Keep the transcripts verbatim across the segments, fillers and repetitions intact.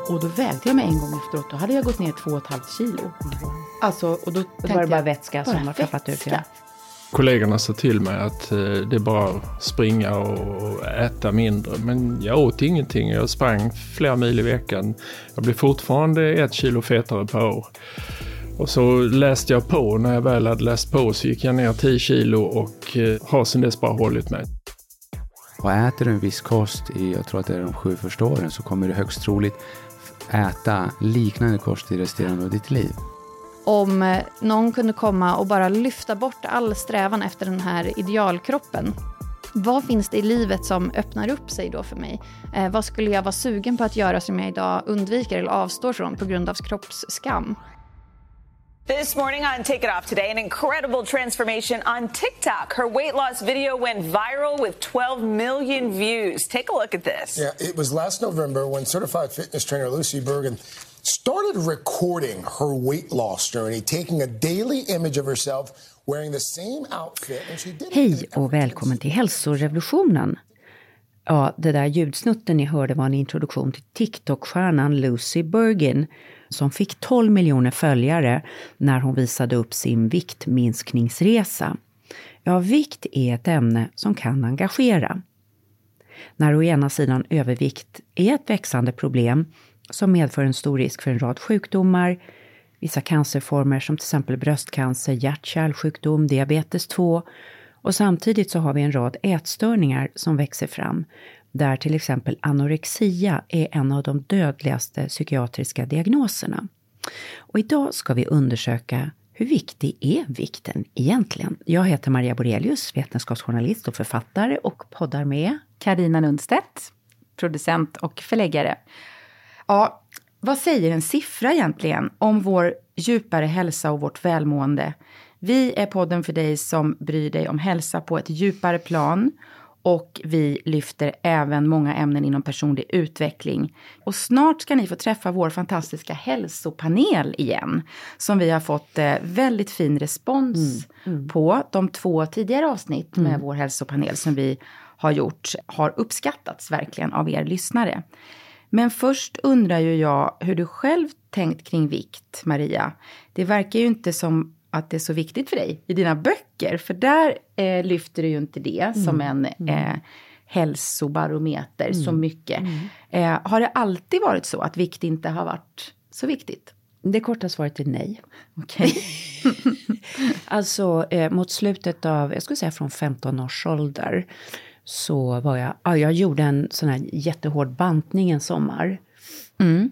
Och då vägde jag mig en gång efteråt. Då hade jag gått ner två och ett halvt kilo. Alltså, och då det var det bara vätska bara som har tappat ut. Ja. Kollegorna sa till mig att eh, det är bara springa och äta mindre. Men jag åt ingenting. Jag sprang flera mil i veckan. Jag blev fortfarande ett kilo fetare per år. Och så läste jag på. När jag väl hade läst på så gick jag ner tio kilo och eh, har sedan dess bara hållit mig. Och äter du en viss kost i, jag tror att det är de sju första åren, så kommer du högst troligt äta liknande kost i resterande av ditt liv. Om någon kunde komma och bara lyfta bort all strävan efter den här idealkroppen. Vad finns det i livet som öppnar upp sig då för mig? Eh, vad skulle jag vara sugen på att göra som jag idag undviker eller avstår från på grund av kroppsskam? This morning on Take It Off Today, an incredible transformation on TikTok. Her weight loss video went viral with twelve million views. Take a look at this. Yeah, it was last November when certified fitness trainer Lucy Bergen started recording her weight loss journey, taking a daily image of herself wearing the same outfit. And she did. Hej och välkommen till Hälsorevolutionen. Ja, det där ljudsnutten ni hörde var en introduktion till TikTok-stjärnan Lucy Bergen som fick tolv miljoner följare när hon visade upp sin viktminskningsresa. Ja, vikt är ett ämne som kan engagera. När å ena sidan övervikt är ett växande problem som medför en stor risk för en rad sjukdomar, vissa cancerformer som till exempel bröstcancer, hjärt-kärlsjukdom, diabetes två, och samtidigt så har vi en rad ätstörningar som växer fram, där till exempel anorexia är en av de dödligaste psykiatriska diagnoserna. Och idag ska vi undersöka hur viktig är vikten egentligen. Jag heter Maria Borelius, vetenskapsjournalist och författare, och poddar med Carina Nundstedt, producent och förläggare. Ja, vad säger en siffra egentligen om vår djupare hälsa och vårt välmående? Vi är podden för dig som bryr dig om hälsa på ett djupare plan. Och vi lyfter även många ämnen inom personlig utveckling. Och snart ska ni få träffa vår fantastiska hälsopanel igen. Som vi har fått eh, väldigt fin respons mm, mm. på. De två tidigare avsnitt mm. med vår hälsopanel som vi har gjort har uppskattats verkligen av er lyssnare. Men först undrar ju jag hur du själv tänkt kring vikt, Maria. Det verkar ju inte som att det är så viktigt för dig i dina böcker. För där eh, lyfter du ju inte det mm. som en eh, hälsobarometer mm. så mycket. Mm. Eh, har det alltid varit så att vikt inte har varit så viktigt? Det korta svaret är nej. Okej. Okay. Alltså eh, mot slutet av, jag skulle säga från femton års ålder, så var jag, ja, jag gjorde en sån här jättehård bantning en sommar. Mm.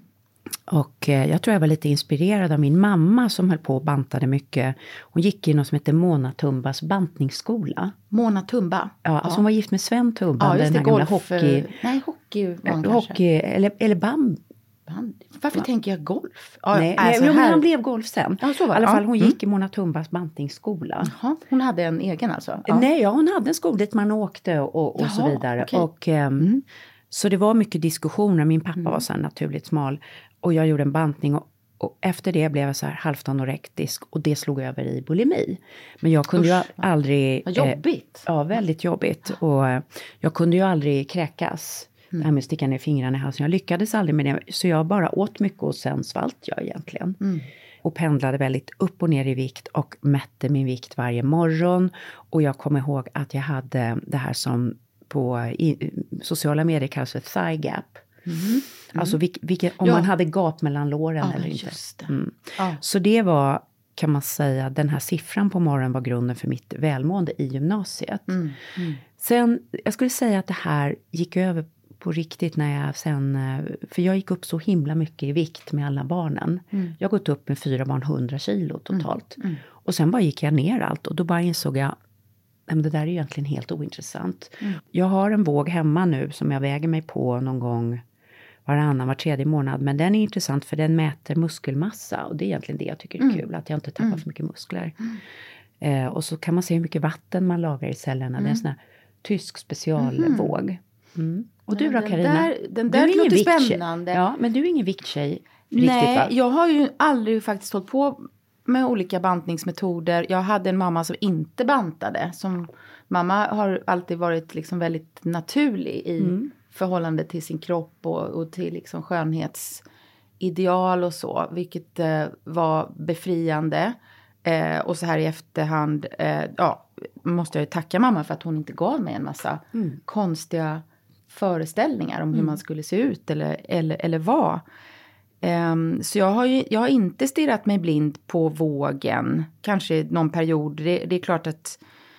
Och eh, jag tror jag var lite inspirerad av min mamma som höll på och bantade mycket. Hon gick i något som heter Mona Tumbas bantningsskola. Mona Tumba? Ja, ja. Alltså hon var gift med Sven Tumba. Ja, just det, den här golf. Hockey, nej, hockey var han hockey, kanske. Eller, eller band. band. Varför ja. tänker jag golf? Ja, nej, alltså nej, men han blev golf sen. Ja, så var I alla ja. fall hon mm. gick i Mona Tumbas bantningsskola. Jaha, hon hade en egen alltså? Ja. Nej, ja, hon hade en skola dit man åkte och, och Jaha, så vidare. Okay. Och, um, mm. Så det var mycket diskussioner. Min pappa mm. var så här naturligt smal. Och jag gjorde en bantning och, och efter det blev jag så här halvt anorektisk. Och det slog över i bulimi. Men jag kunde Usch, ju aldrig... Vad jobbigt. Eh, ja, väldigt jobbigt. Och eh, jag kunde ju aldrig kräkas. Mm. Det här med att sticka ner fingrarna i halsen. Jag lyckades aldrig med det. Så jag bara åt mycket och sen svalt jag egentligen. Mm. Och pendlade väldigt upp och ner i vikt. Och mätte min vikt varje morgon. Och jag kommer ihåg att jag hade det här som på i, sociala medier kallas för thigh gap. Mm. Mm. Alltså vilk, vilket, om ja. man hade gap mellan låren ja, eller inte. Det. Mm. Ja. Så det var, kan man säga, den här siffran på morgonen var grunden för mitt välmående i gymnasiet. Mm. Mm. Sen, jag skulle säga att det här gick över på riktigt när jag sen, för jag gick upp så himla mycket i vikt med alla barnen. Mm. Jag har gått upp med fyra barn hundra kilo totalt. Mm. Mm. Och sen bara gick jag ner allt och då bara insåg jag, men det där är ju egentligen helt ointressant. Mm. Jag har en våg hemma nu som jag väger mig på någon gång varannan, var tredje månad. Men den är intressant för den mäter muskelmassa. Och det är egentligen det jag tycker är mm. kul. Att jag inte tappar mm. för mycket muskler. Mm. Eh, och så kan man se hur mycket vatten man lagar i cellerna. Mm. Det är en sån här tysk specialvåg. Mm. Och du då, Carina? Den där, den där du är låter ingen spännande. Ja, men du är ingen vikttjej. Riktigt, Nej, va? jag har ju aldrig faktiskt hållit på med olika bantningsmetoder. Jag hade en mamma som inte bantade. Som, mamma har alltid varit liksom väldigt naturlig i mm. förhållande till sin kropp och, och till liksom skönhets ideal och så. Vilket eh, var befriande. Eh, och så här i efterhand, eh, ja, måste jag ju tacka mamma för att hon inte gav mig en massa mm. konstiga föreställningar om hur mm. man skulle se ut eller, eller, eller vad. Um, så jag har, ju, jag har inte stirrat mig blind på vågen. Kanske någon period. Det, det är klart att,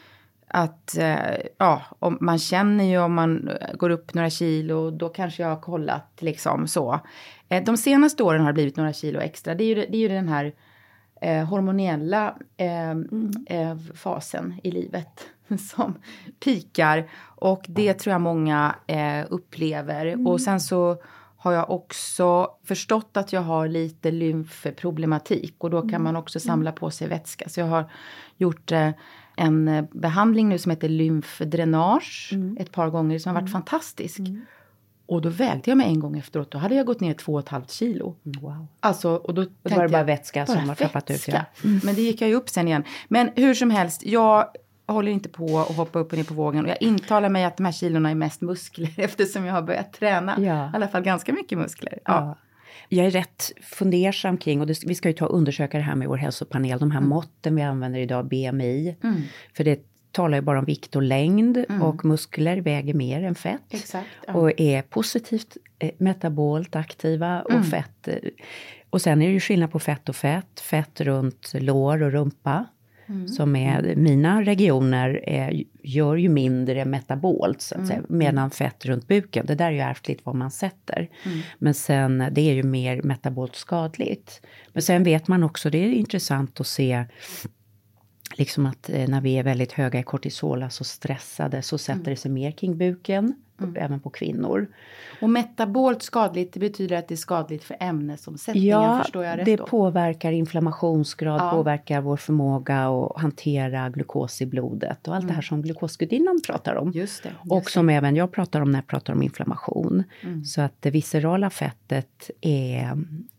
att uh, ja, om, man känner ju om man går upp några kilo. Då kanske jag har kollat liksom så. Uh, de senaste åren har det blivit några kilo extra. Det är ju, det är ju den här uh, hormonella uh, mm. uh, fasen i livet som pikar. Och det tror jag många uh, upplever. Mm. Och sen så har jag också förstått att jag har lite lymfproblematik. Och då kan man också samla på sig vätska. Så jag har gjort eh, en behandling nu som heter lymfdränage. Mm. Ett par gånger som har varit mm. fantastisk. Mm. Och då vägde jag mig en gång efteråt. Då hade jag gått ner två och ett halvt kilo. Wow. Alltså, och då och då var det bara jag, vätska som har tappat ut. Ja. Mm. Men det gick jag ju upp sen igen. Men hur som helst, jag håller inte på att hoppa upp och ner på vågen. Och jag intalar mig att de här kilorna är mest muskler. Eftersom jag har börjat träna. Ja. I alla fall ganska mycket muskler. Ja. Ja. Jag är rätt fundersam kring. Och det, vi ska ju ta och undersöka det här med vår hälsopanel. De här mm. måtten vi använder idag. B M I. Mm. För det talar ju bara om vikt och längd. Mm. Och muskler väger mer än fett. Exakt. Ja. Och är positivt eh, metabolt aktiva. Och mm. fett. Eh, och sen är det ju skillnad på fett och fett. Fett runt lår och rumpa. Mm. Som är, mina regioner är, gör ju mindre metabolt så att mm. säga, medan fett runt buken, det där är ju ärftligt vad man sätter. Mm. Men sen, det är ju mer metabolt skadligt. Men sen vet man också, det är intressant att se liksom att eh, när vi är väldigt höga i kortisol, alltså stressade, så sätter mm. det sig mer kring buken. Mm. Även på kvinnor. Och metabolt skadligt, det betyder att det är skadligt för ämnesomsättningen, ja, förstår jag rätt det då? Påverkar inflammationsgrad, ja. påverkar vår förmåga att hantera glukos i blodet. Och allt mm. det här som glukosgudinnan pratar om. Just det, just och som det. Även jag pratar om när jag pratar om inflammation. Mm. Så att det viscerala fettet är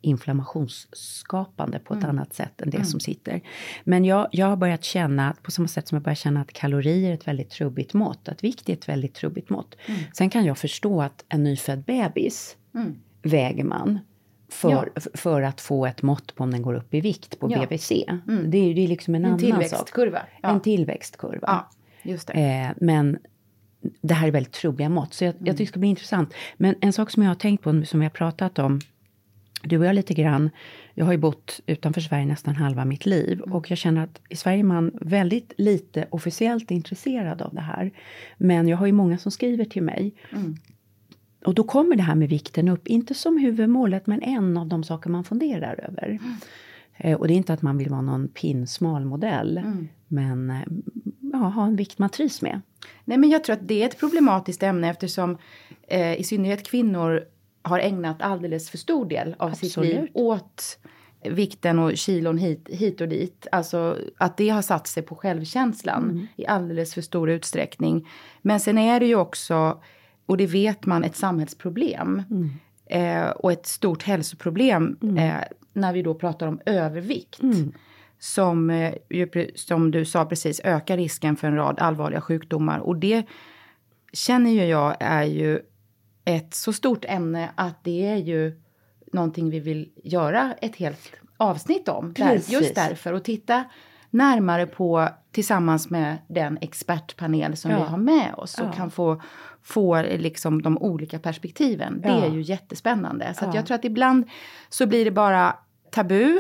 inflammationsskapande på ett mm. annat sätt än det mm. som sitter. Men jag, jag har börjat känna, på samma sätt som jag börjar känna att kalorier är ett väldigt trubbigt mått. Att vikt är ett väldigt trubbigt mått. Mm. Sen kan jag förstå att en nyfödd bebis mm. väger man för, ja. för att få ett mått på om den går upp i vikt på ja. B V C. Mm. Det är ju det är liksom en, en annan tillväxtkurva. sak. Ja. En tillväxtkurva. Ja, just det. Eh, men det här är väldigt trubbiga mått. Så jag, mm. jag tycker det ska bli intressant. Men en sak som jag har tänkt på, som vi har pratat om. Du och jag lite grann. Jag har ju bott utanför Sverige nästan halva mitt liv. Mm. Och jag känner att i Sverige är man väldigt lite officiellt intresserad av det här. Men jag har ju många som skriver till mig. Mm. Och då kommer det här med vikten upp. Inte som huvudmålet, men en av de saker man funderar över. Mm. Eh, och det är inte att man vill vara någon pinsmal modell. Mm. Men eh, ja, ha en vikt man trivs med. Nej, men jag tror att det är ett problematiskt ämne. Eftersom eh, i synnerhet kvinnor har ägnat alldeles för stor del av Absolut. Sitt liv åt vikten och kilon hit, hit och dit. Alltså att det har satt sig på självkänslan mm. i alldeles för stor utsträckning. Men sen är det ju också, och det vet man, ett samhällsproblem. Mm. Eh, och ett stort hälsoproblem mm. eh, när vi då pratar om övervikt. Mm. Som, eh, som du sa precis, ökar risken för en rad allvarliga sjukdomar. Och det känner ju jag är ju ett så stort ämne att det är ju någonting vi vill göra ett helt avsnitt om. Där, just därför. Och titta närmare på tillsammans med den expertpanel som ja. Vi har med oss. Och ja. Kan få, få liksom de olika perspektiven. Ja. Det är ju jättespännande. Så ja. Att jag tror att ibland så blir det bara tabu.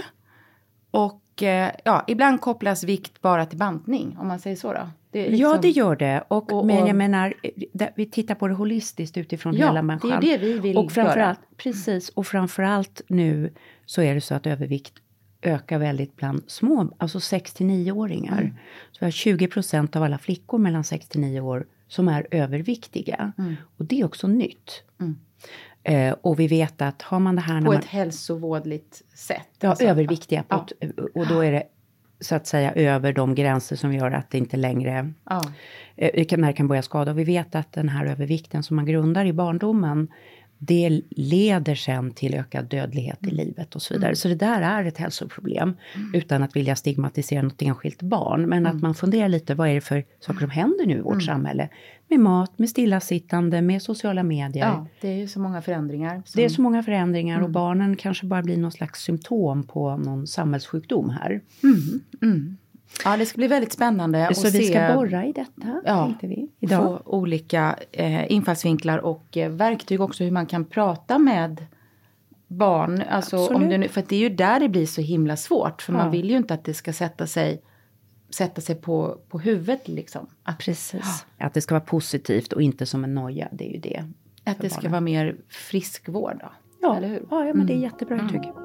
Och ja, ibland kopplas vikt bara till bantning, om man säger så då. Det liksom... Ja, det gör det. Och, och, men jag menar, vi tittar på det holistiskt utifrån ja, hela människan. Ja, det är det vi vill och framförallt, göra. Precis, och framförallt nu så är det så att övervikt ökar väldigt bland små, alltså sex till nio-åringar. Mm. Så vi har tjugo procent av alla flickor mellan sex till nio år som är överviktiga. Mm. Och det är också nytt. Mm. Eh, och vi vet att har man det här... På när ett man, hälsovådligt sätt. Ja, alltså. överviktiga. På Ja. Ett, och då är det så att säga över de gränser som gör att det inte längre... Ja. Eh, när det kan börja skada. Och vi vet att den här övervikten som man grundar i barndomen... det leder sen till ökad dödlighet i livet och så vidare. Mm. Så det där är ett hälsoproblem, mm. utan att vilja stigmatisera något enskilt barn. Men mm. att man funderar lite, vad är det för saker som händer nu i vårt mm. samhälle? Med mat, med stillasittande, med sociala medier. Ja, det är ju så många förändringar. Som... Det är så många förändringar, mm. och barnen kanske bara blir någon slags symptom på någon samhällssjukdom här. Mm. Mm. Ja, det ska bli väldigt spännande att se. Så vi ska borra i detta, ja, tänkte vi idag. Få olika eh, infallsvinklar och eh, verktyg också, hur man kan prata med barn. Alltså, om det nu, för det är ju där det blir så himla svårt. För ja. man vill ju inte att det ska sätta sig, sätta sig på, på huvudet liksom. Att, Precis. Ja. Att det ska vara positivt och inte som en noja, det är ju det. Att det ska barnen. vara mer friskvård då, ja. eller hur? Ja, ja men mm. det är jättebra uttryck. Mm.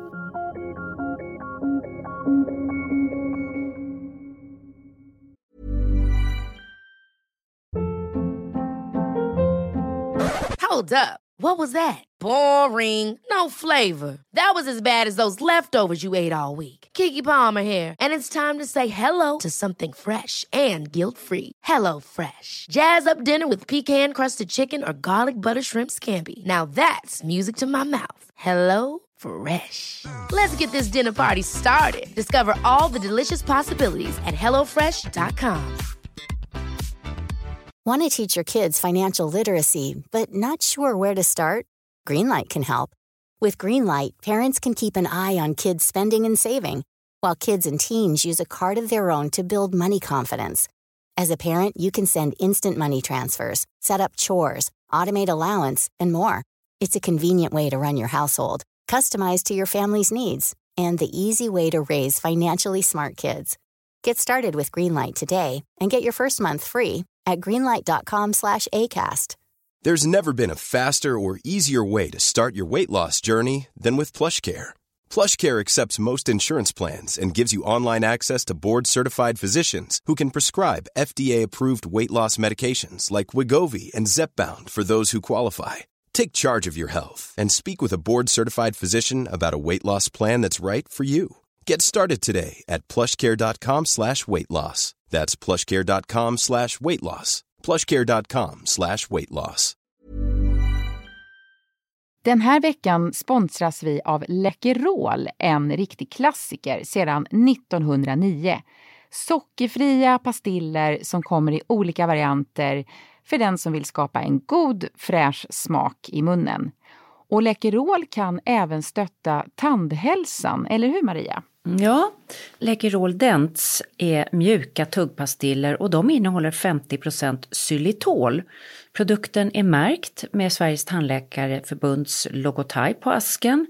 Hold up. What was that? Boring. No flavor. That was as bad as those leftovers you ate all week. Keke Palmer here, and it's time to say hello to something fresh and guilt-free. Hello Fresh. Jazz up dinner with pecan-crusted chicken or garlic butter shrimp scampi. Now that's music to my mouth. Hello Fresh. Let's get this dinner party started. Discover all the delicious possibilities at hello fresh dot com. Want to teach your kids financial literacy, but not sure where to start? Greenlight can help. With Greenlight, parents can keep an eye on kids' spending and saving, while kids and teens use a card of their own to build money confidence. As a parent, you can send instant money transfers, set up chores, automate allowance, and more. It's a convenient way to run your household, customized to your family's needs, and the easy way to raise financially smart kids. Get started with Greenlight today and get your first month free at greenlight.com slash ACAST. There's never been a faster or easier way to start your weight loss journey than with PlushCare. PlushCare accepts most insurance plans and gives you online access to board-certified physicians who can prescribe F D A-approved weight loss medications like Wegovy and Zepbound for those who qualify. Take charge of your health and speak with a board-certified physician about a weight loss plan that's right for you. Get started today at plushcare.com slash weight loss. That's plushcare.com slash weight loss. plushcare.com slash weight loss. Den här veckan sponsras vi av Läkerol, en riktig klassiker sedan nittonhundranio. Sockerfria pastiller som kommer i olika varianter för den som vill skapa en god, fräsch smak i munnen. Och Läkerol kan även stötta tandhälsan, eller hur Maria? Ja, Läkerol Dents är mjuka tuggpastiller och de innehåller femtio procent xylitol. Produkten är märkt med Sveriges tandläkarförbunds logotyp på asken,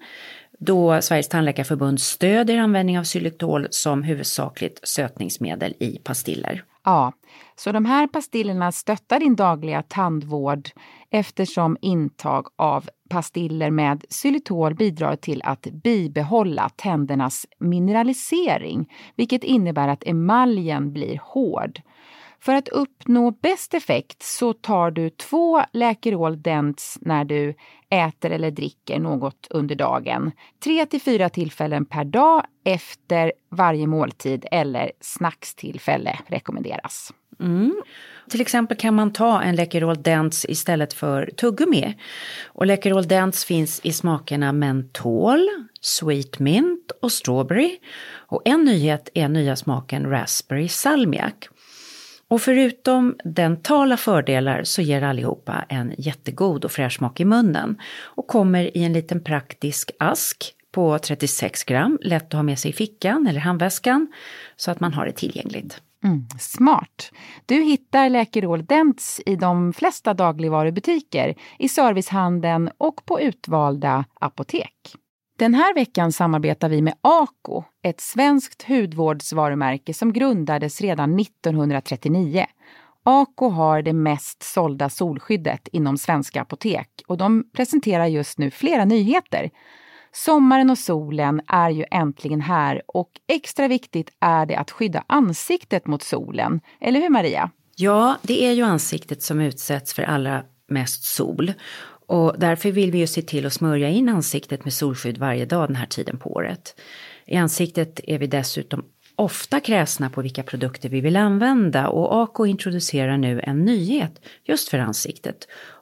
då Sveriges tandläkarförbund stöder användning av xylitol som huvudsakligt sötningsmedel i pastiller. Ja, så de här pastillerna stöttar din dagliga tandvård eftersom intag av pastiller med xylitol bidrar till att bibehålla tändernas mineralisering, vilket innebär att emaljen blir hård. För att uppnå bäst effekt så tar du två Läkerol Dents när du äter eller dricker något under dagen. Tre till fyra tillfällen per dag efter varje måltid eller snackstillfälle rekommenderas. Mm. Till exempel kan man ta en Läkerol Dents istället för tuggummi. Och Läkerol Dents finns i smakerna mentol, sweet mint och strawberry. Och en nyhet är nya smaken raspberry salmiak. Och förutom dentala fördelar så ger allihopa en jättegod och fräsch smak i munnen. Och kommer i en liten praktisk ask på trettiosex gram, lätt att ha med sig i fickan eller handväskan så att man har det tillgängligt. Mm, smart. Du hittar Läkerol Dents i de flesta dagligvarubutiker, i servicehandeln och på utvalda apotek. Den här veckan samarbetar vi med Ako, ett svenskt hudvårdsvarumärke som grundades redan nittonhundratrettionio. Ako har det mest sålda solskyddet inom svenska apotek och de presenterar just nu flera nyheter. Sommaren och solen är ju äntligen här och extra viktigt är det att skydda ansiktet mot solen. Eller hur Maria? Ja, det är ju ansiktet som utsätts för allra mest sol. Och därför vill vi ju se till att smörja in ansiktet med solskydd varje dag den här tiden på året. I ansiktet är vi dessutom ofta kräsna på vilka produkter vi vill använda och Ako introducerar nu en nyhet just för ansiktet.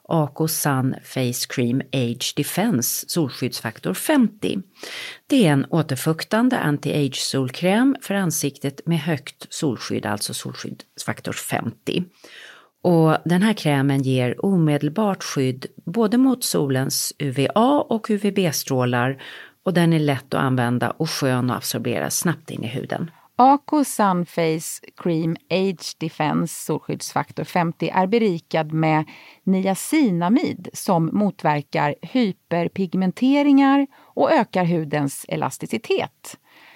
A K Sun Face Cream Age Defense solskyddsfaktor femtio. Det är en återfuktande anti-age solkräm för ansiktet med högt solskydd, alltså solskyddsfaktor femtio. Och den här krämen ger omedelbart skydd både mot solens U V A och U V B-strålar, och den är lätt att använda och skön att absorbera snabbt in i huden. A K Sun Face Cream Age Defense solskyddsfaktor femtio är berikad med niacinamid som motverkar hyperpigmenteringar och ökar hudens elasticitet.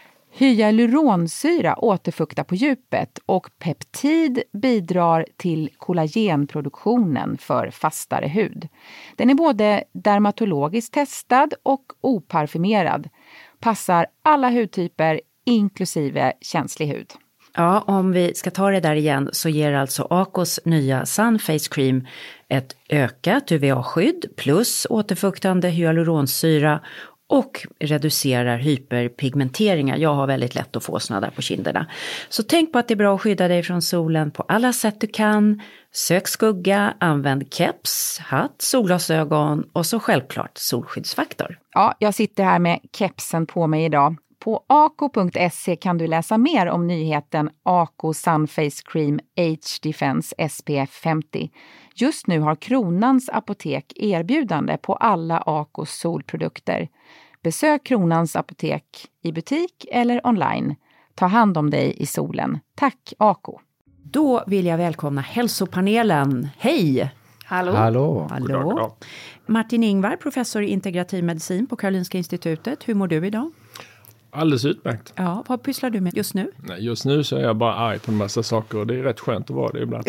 Hyaluronsyra återfuktar på djupet och peptid bidrar till kollagenproduktionen för fastare hud. Den är både dermatologiskt testad och oparfumerad. Passar alla hudtyper inklusive känslig hud. Ja, om vi ska ta det där igen så ger alltså A K:s nya Sun Face Cream ett ökat U V A-skydd plus återfuktande hyaluronsyra och reducerar hyperpigmenteringar. Jag har väldigt lätt att få såna där på kinderna. Så tänk på att det är bra att skydda dig från solen på alla sätt du kan. Sök skugga, använd keps, hatt, solglasögon och så självklart solskyddsfaktor. Ja, jag sitter här med kepsen på mig idag. På a k punkt se kan du läsa mer om nyheten A K Sun Face Cream Age Defense S P F femtio. Just nu har Kronans apotek erbjudande på alla A K:s solprodukter. Besök Kronans apotek i butik eller online. Ta hand om dig i solen. Tack A K. Då vill jag välkomna hälsopanelen. Hej! Hallå. Hallå. Hallå. Martin Ingvar, professor i integrativ medicin på Karolinska institutet. Hur mår du idag? Alldeles utmärkt. Ja, vad pysslar du med just nu? Nej, just nu så är jag bara arg på en massa saker och det är rätt skönt att vara det ibland.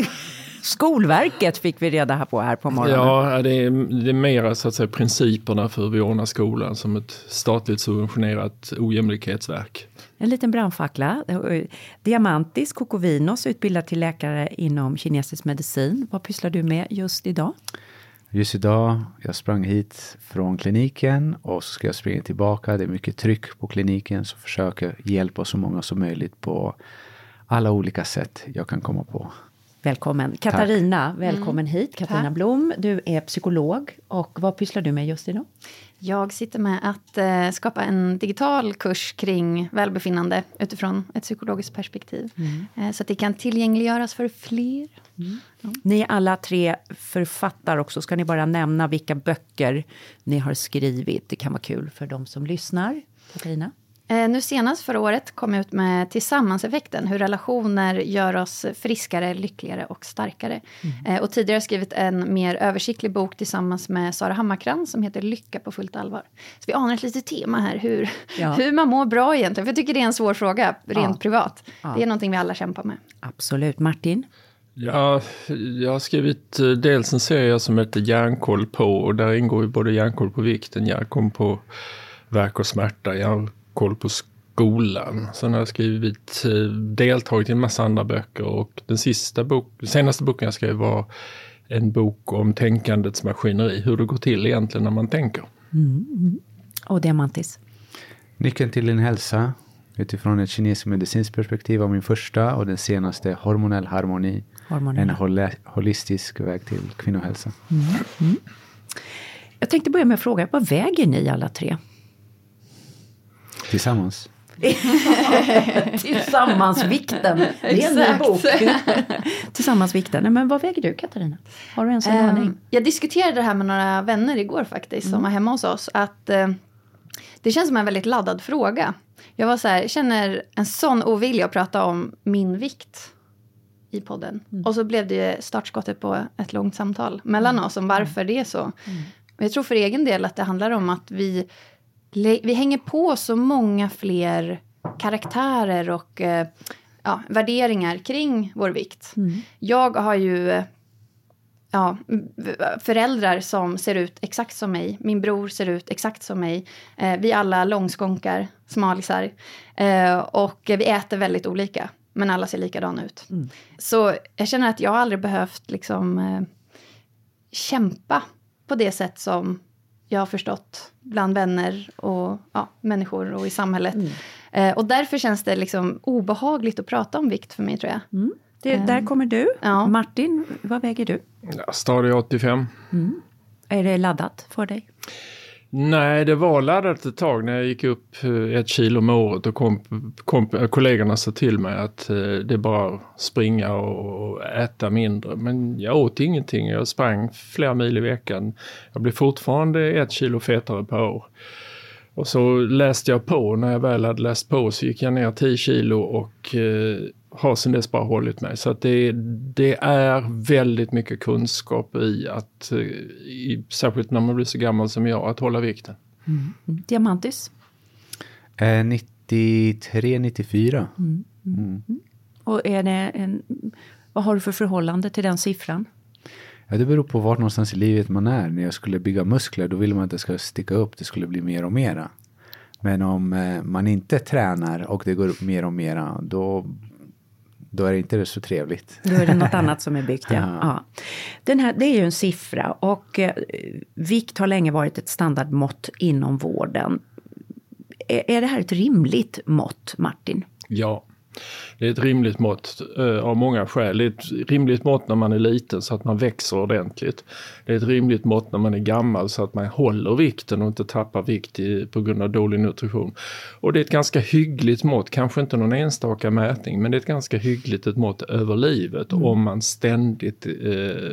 Skolverket fick vi reda här på här på morgonen. Ja, det är, det är mera så att säga principerna för hur vi ordnar skolan som ett statligt subventionerat ojämlikhetsverk. En liten brandfackla. Diamantis Kokovinos, utbildad till läkare inom kinesisk medicin. Vad pysslar du med just idag? Just idag, jag sprang hit från kliniken och så ska jag springa tillbaka. Det är mycket tryck på kliniken så försöker hjälpa så många som möjligt på alla olika sätt jag kan komma på. Välkommen. Katarina, Tack. välkommen Mm. hit. Katarina Tack. Blom, du är psykolog och vad pysslar du med just idag? Jag sitter med att eh, skapa en digital kurs kring välbefinnande utifrån ett psykologiskt perspektiv. Mm. Eh, så att det kan tillgängliggöras för fler. Mm. Ja. Ni är alla tre författare också. Ska ni bara nämna vilka böcker ni har skrivit? Det kan vara kul för de som lyssnar. Katarina? Eh, nu senast förra året kom jag ut med Tillsammanseffekten. Hur relationer gör oss friskare, lyckligare och starkare. Mm. Eh, och tidigare skrivit en mer översiktlig bok tillsammans med Sara Hammarkrans som heter Lycka på fullt allvar. Så vi anar ett litet tema här. Hur, ja. hur man mår bra egentligen. För jag tycker det är en svår fråga, rent ja. privat. Ja. Det är någonting vi alla kämpar med. Absolut. Martin? Ja, jag har skrivit dels en serie som heter Hjärnkoll på. Och där ingår ju både hjärnkoll på vikten, hjärnkoll på värk och smärta, hjärnkoll koll på skolan. Sen har jag skrivit, deltagit i en massa andra böcker och den sista bok, den senaste boken jag skrev var en bok om tänkandets maskineri. Hur det går till egentligen när man tänker. Mm, mm. Och Diamantis? Nyckeln till din hälsa utifrån ett kinesiskt medicinskt perspektiv var min första och den senaste hormonell harmoni. Hormonell. En hol- holistisk väg till kvinnohälsa. Mm, mm. Jag tänkte börja med att fråga, vad väger ni alla tre? Tillsammans. Tillsammansvikten. Det är en ny bok. Tillsammansvikten. Nej, men vad väger du, Katarina? Har du en sån aning? Um, jag diskuterade det här med några vänner igår faktiskt. Mm. Som var hemma hos oss. Att uh, det känns som en väldigt laddad fråga. Jag var så här, känner en sån ovilja att prata om min vikt i podden. Mm. Och så blev det startskottet på ett långt samtal mellan mm. oss om varför mm. det är så. Mm. Och jag tror för egen del att det handlar om att vi Vi hänger på så många fler karaktärer och eh, ja, värderingar kring vår vikt. Mm. Jag har ju ja, föräldrar som ser ut exakt som mig. Min bror ser ut exakt som mig. Eh, vi alla långskånkar, smalisar. Eh, och vi äter väldigt olika. Men alla ser likadana ut. Mm. Så jag känner att jag aldrig behövt liksom, eh, kämpa på det sätt som jag har förstått bland vänner och ja, människor och i samhället. Mm. Eh, och därför känns det liksom obehagligt att prata om vikt för mig, tror jag. Mm. Det, där kommer du. Ja. Martin, vad väger du? Ja, stadig åttiofem. Mm. Är det laddat för dig? Nej, det var laddat ett tag när jag gick upp ett kilo om året och kom, kom, kollegorna sa till mig att eh, det är bara springa och äta mindre. Men jag åt ingenting. Jag sprang flera mil i veckan. Jag blev fortfarande ett kilo fetare per år. Och så läste jag på. När jag väl hade läst på så gick jag ner tio kilo och eh, har sedan dess bara hållit mig. Så att det, det är väldigt mycket kunskap i att, i, särskilt när man blir så gammal som jag, att hålla vikten. Mm. Diamantis? Eh, nittiotre nittiofyra. Mm. Mm. Mm. Och är det en, vad har du för förhållande till den siffran? Ja, det beror på vart någonstans i livet man är. När jag skulle bygga muskler, då vill man att det ska sticka upp. Det skulle bli mer och mera. Men om eh, man inte tränar och det går upp mer och mera, då... Då är det inte så trevligt. Då är det något annat som är byggt, ja. Ja. Ja. Den här, det är ju en siffra och eh, vikt har länge varit ett standardmått inom vården. Är, är det här ett rimligt mått, Martin? Ja, det är ett rimligt mått eh, av många skäl. Det är ett rimligt mått när man är liten så att man växer ordentligt. Det är ett rimligt mått när man är gammal så att man håller vikten och inte tappar vikt i, på grund av dålig nutrition. Och det är ett ganska hyggligt mått, kanske inte någon enstaka mätning, men det är ett ganska hyggligt ett mått över livet mm. om man ständigt eh,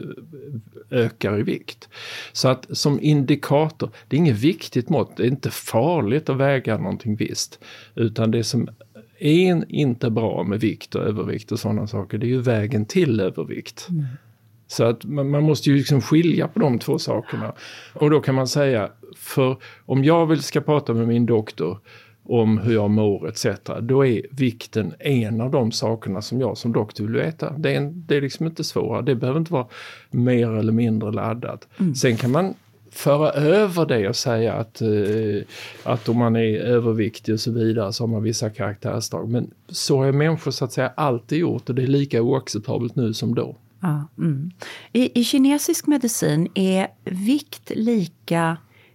ökar i vikt. Så att som indikator, det är inget viktigt mått, det är inte farligt att väga någonting visst, utan det som är inte bra med vikt och övervikt och sådana saker, det är ju vägen till övervikt. Mm. Så att man, man måste ju liksom skilja på de två sakerna. Och då kan man säga, för om jag vill ska prata med min doktor om hur jag mår et cetera, då är vikten en av de sakerna som jag som doktor vill veta. Det är, en, det är liksom inte svårare, det behöver inte vara mer eller mindre laddat. Mm. Sen kan man föra över det och säga att, eh, att om man är överviktig och så vidare så har man vissa karaktärsdrag. Men så är människor så att säga alltid gjort och det är lika oacceptabelt nu som då. Ja, mm. I, I kinesisk medicin är vikt lika,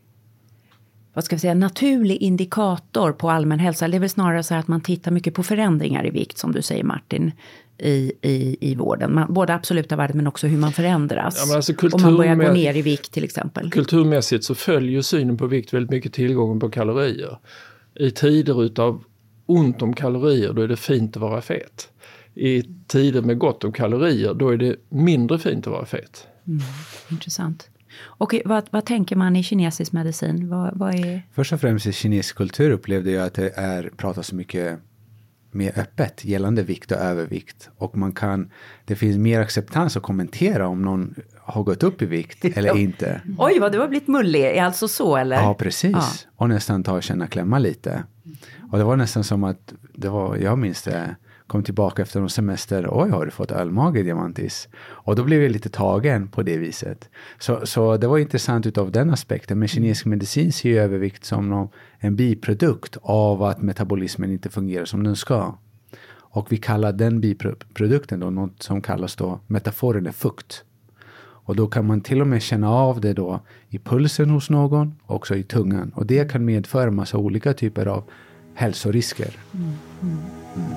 vad ska vi säga, naturlig indikator på allmän hälsa. Det är väl snarare så att man tittar mycket på förändringar i vikt, som du säger Martin, i, i, i vården. Man, både absoluta värden men också hur man förändras. Ja, men alltså kultur- om man börjar gå ner i vikt till exempel. Kulturmässigt så följer synen på vikt väldigt mycket tillgången på kalorier. I tider utav ont om kalorier då är det fint att vara fet. I tider med gott om kalorier då är det mindre fint att vara fet. Mm, intressant. Och vad, vad tänker man i kinesisk medicin? Vad, vad är... Först och främst i kinesisk kultur upplevde jag att det är, pratas mycket mer öppet gällande vikt och övervikt. Och man kan, det finns mer acceptans att kommentera om någon har gått upp i vikt eller inte. Oj, vad du har blivit mullig. Är alltså så eller? Ja, precis. Ja. Och nästan ta och känna klämma lite. Och det var nästan som att, det var, jag minns det, kom tillbaka efter någon semester. Oj, har du fått ölmage, Diamantis? Och då blev jag lite tagen på det viset. Så, så det var intressant utav den aspekten. Men kinesisk medicin ser ju övervikt som någon, en biprodukt av att metabolismen inte fungerar som den ska. Och vi kallar den biprodukten då något som kallas då, metaforen är fukt. Och då kan man till och med känna av det då i pulsen hos någon, också i tungan. Och det kan medföra massa olika typer av hälsorisker. Mm. Mm. Mm.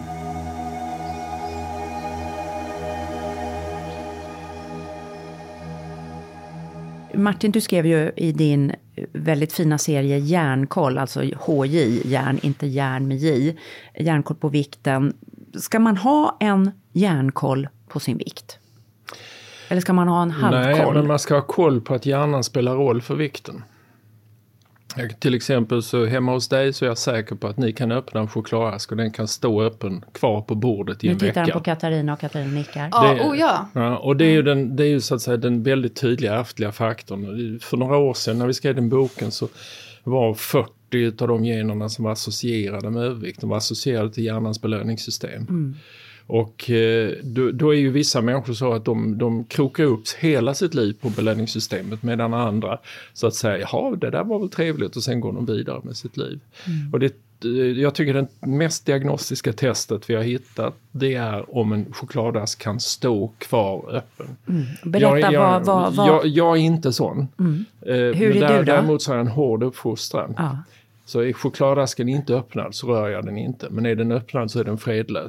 Martin, du skrev ju i din väldigt fina serie Järnkoll, alltså H J, järn, inte järn med J, järnkoll på vikten. Ska man ha en järnkoll på sin vikt? Eller ska man ha en halvkoll? Nej, men man ska ha koll på att hjärnan spelar roll för vikten. Jag, till exempel så hemma hos dig så är jag säker på att ni kan öppna en chokladask och den kan stå öppen kvar på bordet i en vecka. Nu tittar han på Katarina och Katarina nickar. Ja, det, oh ja. ja. Och det är ju den, det är ju så att säga den väldigt tydliga ärftliga faktorn. För några år sedan när vi skrev den boken så var fyrtio av de generna som var associerade med övervikt, de var associerade till hjärnans belöningssystem. Mm. Och eh, då, då är ju vissa människor så att de, de krokar upp hela sitt liv på belöningssystemet medan andra så att säga, ja det där var väl trevligt och sen går de vidare med sitt liv. Mm. Och det, jag tycker det mest diagnostiska testet vi har hittat det är om en chokladask kan stå kvar öppen. Mm. Berätta jag, jag, vad, vad, vad... Jag, jag är inte sån. Mm. Eh, Hur är där, du då? Däremot så är jag en hård uppfostran. Ja. Så är chokladasken inte öppnad så rör jag den inte. Men är den öppnad så är den fredlös.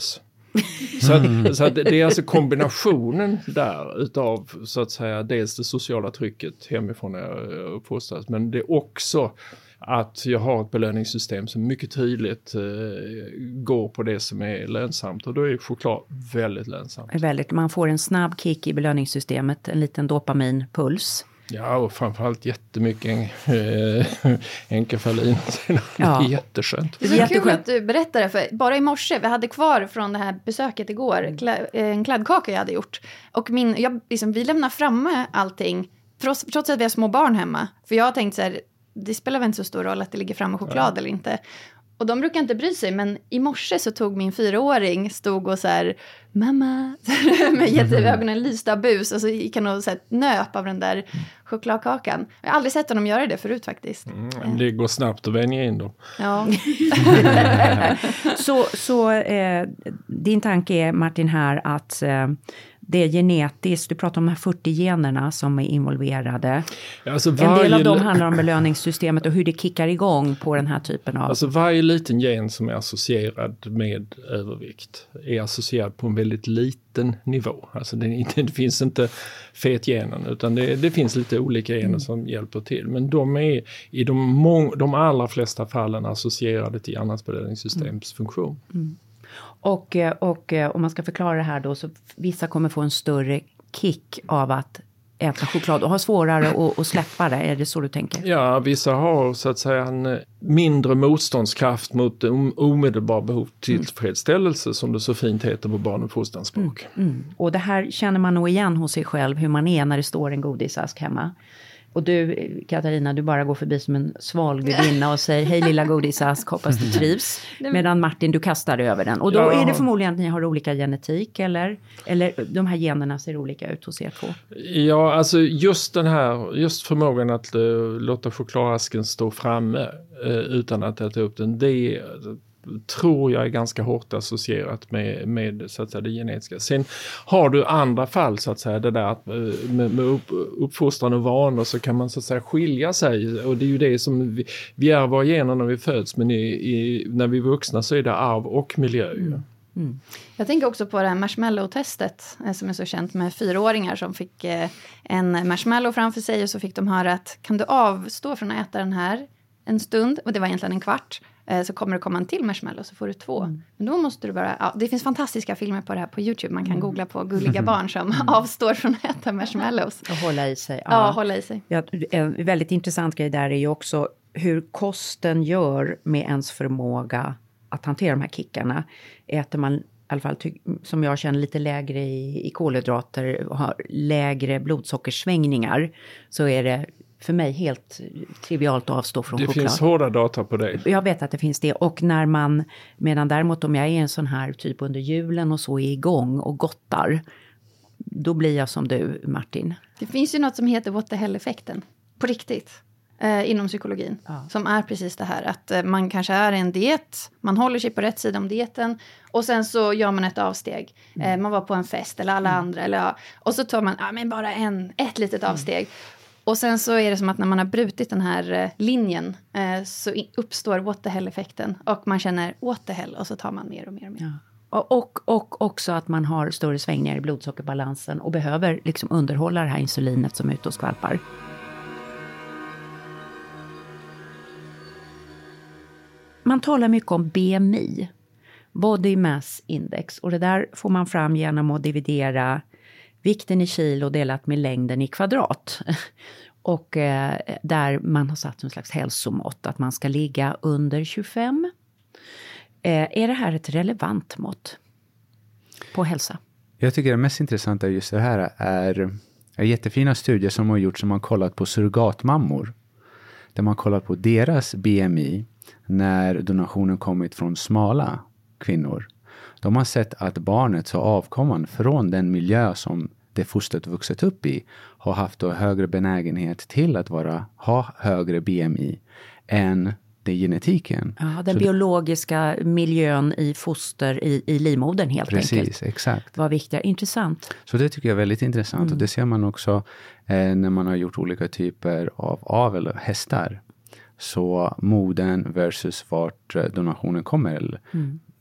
Så, att, så att det är alltså kombinationen där utav så att säga dels det sociala trycket hemifrån när jag uppfostras, men det är också att jag har ett belöningssystem som mycket tydligt eh, går på det som är lönsamt, och då är choklad väldigt lönsamt. Väldigt, man får en snabb kick i belöningssystemet, en liten dopaminpuls. Ja, och framförallt jättemycket äh, enkefalin. Det Ja. är jätteskönt. Det är så Jätteskönt. kul att du berättar det, för bara i morse, vi hade kvar från det här besöket igår, klä, en kladdkaka jag hade gjort. Och min, jag, liksom, vi lämnar framme allting, trots, trots att vi har små barn hemma. För jag har tänkt så här, det spelar väl inte så stor roll att det ligger framme choklad ja. eller inte. Och de brukar inte bry sig, men i morse så tog min fyraåring, stod och så här, mamma, med jätteögonen lysta bus, och så gick han och så här, nöp av den där chokladkakan. Jag har aldrig sett honom göra det förut faktiskt. Mm, det går snabbt att vänja in dem. Ja. så så eh, din tanke är, Martin, här att eh, det är genetiskt, du pratar om de här fyrtio generna som är involverade. Alltså en del av varje- dem handlar om belöningssystemet och hur det kickar igång på den här typen av... Alltså varje liten gen som är associerad med övervikt är associerad på en väldigt liten nivå. Alltså det, är inte, det finns inte fetgenen, utan det, det finns lite olika gener mm. som hjälper till. Men de är i de, mång, de allra flesta fallen associerade till annat belöningssystems funktion. Mm. Och, och om man ska förklara det här då, så vissa kommer få en större kick av att äta choklad och ha svårare att, att släppa det. Är det så du tänker? Ja, vissa har så att säga en mindre motståndskraft mot omedelbar behov till tillfredsställelse, som det så fint heter på barnuppfostrans språk. Mm. Mm. Och det här känner man nog igen hos sig själv, hur man är när det står en godisask hemma. Och du, Katarina, du bara går förbi som en sval gudinna och säger hej lilla godisask, hoppas du trivs. Medan Martin, du kastar över den. Och då Ja. är det förmodligen att ni har olika genetik, eller, eller de här generna ser olika ut hos er två. Ja, alltså just den här, just förmågan att uh, låta chokladasken stå framme uh, utan att äta upp den, det tror jag är ganska hårt associerat med, med så att säga, det genetiska. Sen har du andra fall, så att säga, det där att med, med upp, uppfostran och vanor, så kan man så att säga skilja sig, och det är ju det som vi, vi är var genom när vi föds, men i, i, när vi är vuxna så är det arv och miljö. Mm. Mm. Jag tänker också på det här marshmallow-testet eh, som är så känt, med fyraåringar som fick eh, en marshmallow framför sig, och så fick de höra att kan du avstå från att äta den här en stund, och det var egentligen en kvart, eh, så kommer det komma en till marshmallow, så får du två. Mm. Men då måste du bara, ja, det finns fantastiska filmer på det här på YouTube, man kan mm. googla på gulliga barn som mm. avstår från att äta marshmallows. Och hålla i sig. Ja, ja hålla i sig. Ja, en väldigt intressant grej där är ju också hur kosten gör med ens förmåga att hantera de här kickarna. Äter man, i alla fall ty- som jag känner, lite lägre i, i kolhydrater och har lägre blodsockersvängningar, så är det för mig helt trivialt att avstå från det choklad. Det finns hårda data på det. Jag vet att det finns det. Och när man, medan däremot om jag är en sån här typ under julen och så är igång och gottar, då blir jag som du, Martin. Det finns ju något som heter what the hell-effekten. På riktigt. Eh, inom psykologin. Ja. Som är precis det här. Att eh, man kanske är i en diet. Man håller sig på rätt sida om dieten. Och sen så gör man ett avsteg. Mm. Eh, man var på en fest eller alla mm. andra. Eller, ja. Och så tar man ah, men bara en, ett litet mm. avsteg. Och sen så är det som att när man har brutit den här eh, linjen. Eh, så in, uppstår what the hell-effekten. Och man känner what the hell. Och så tar man mer och mer och mer. Ja. Och, och, och också att man har större svängningar i blodsockerbalansen. Och behöver liksom underhålla det här insulinet som är ute och skvalpar. Man talar mycket om B M I, Body Mass Index, och det där får man fram genom att dividera vikten i kilo delat med längden i kvadrat. Och eh, där man har satt en slags hälsomått, att man ska ligga under tjugofem. Eh, är det här ett relevant mått på hälsa? Jag tycker det mest intressanta just det här är, är jättefina studier som har gjorts, som har kollat på surrogatmammor. Där man kollat på deras B M I när donationen kommit från smala kvinnor. De har sett att barnet, så avkomman från den miljö som det fostret vuxit upp i, har haft då högre benägenhet till att vara, ha högre B M I än det genetiken. Ja, den så biologiska det, miljön i foster i, i livmodern helt precis, enkelt. Precis, exakt. Vad viktigt, intressant. Så det tycker jag är väldigt intressant. Mm. Och det ser man också eh, när man har gjort olika typer av avel och hästar. Så moden versus vart donationen kommer. Mm.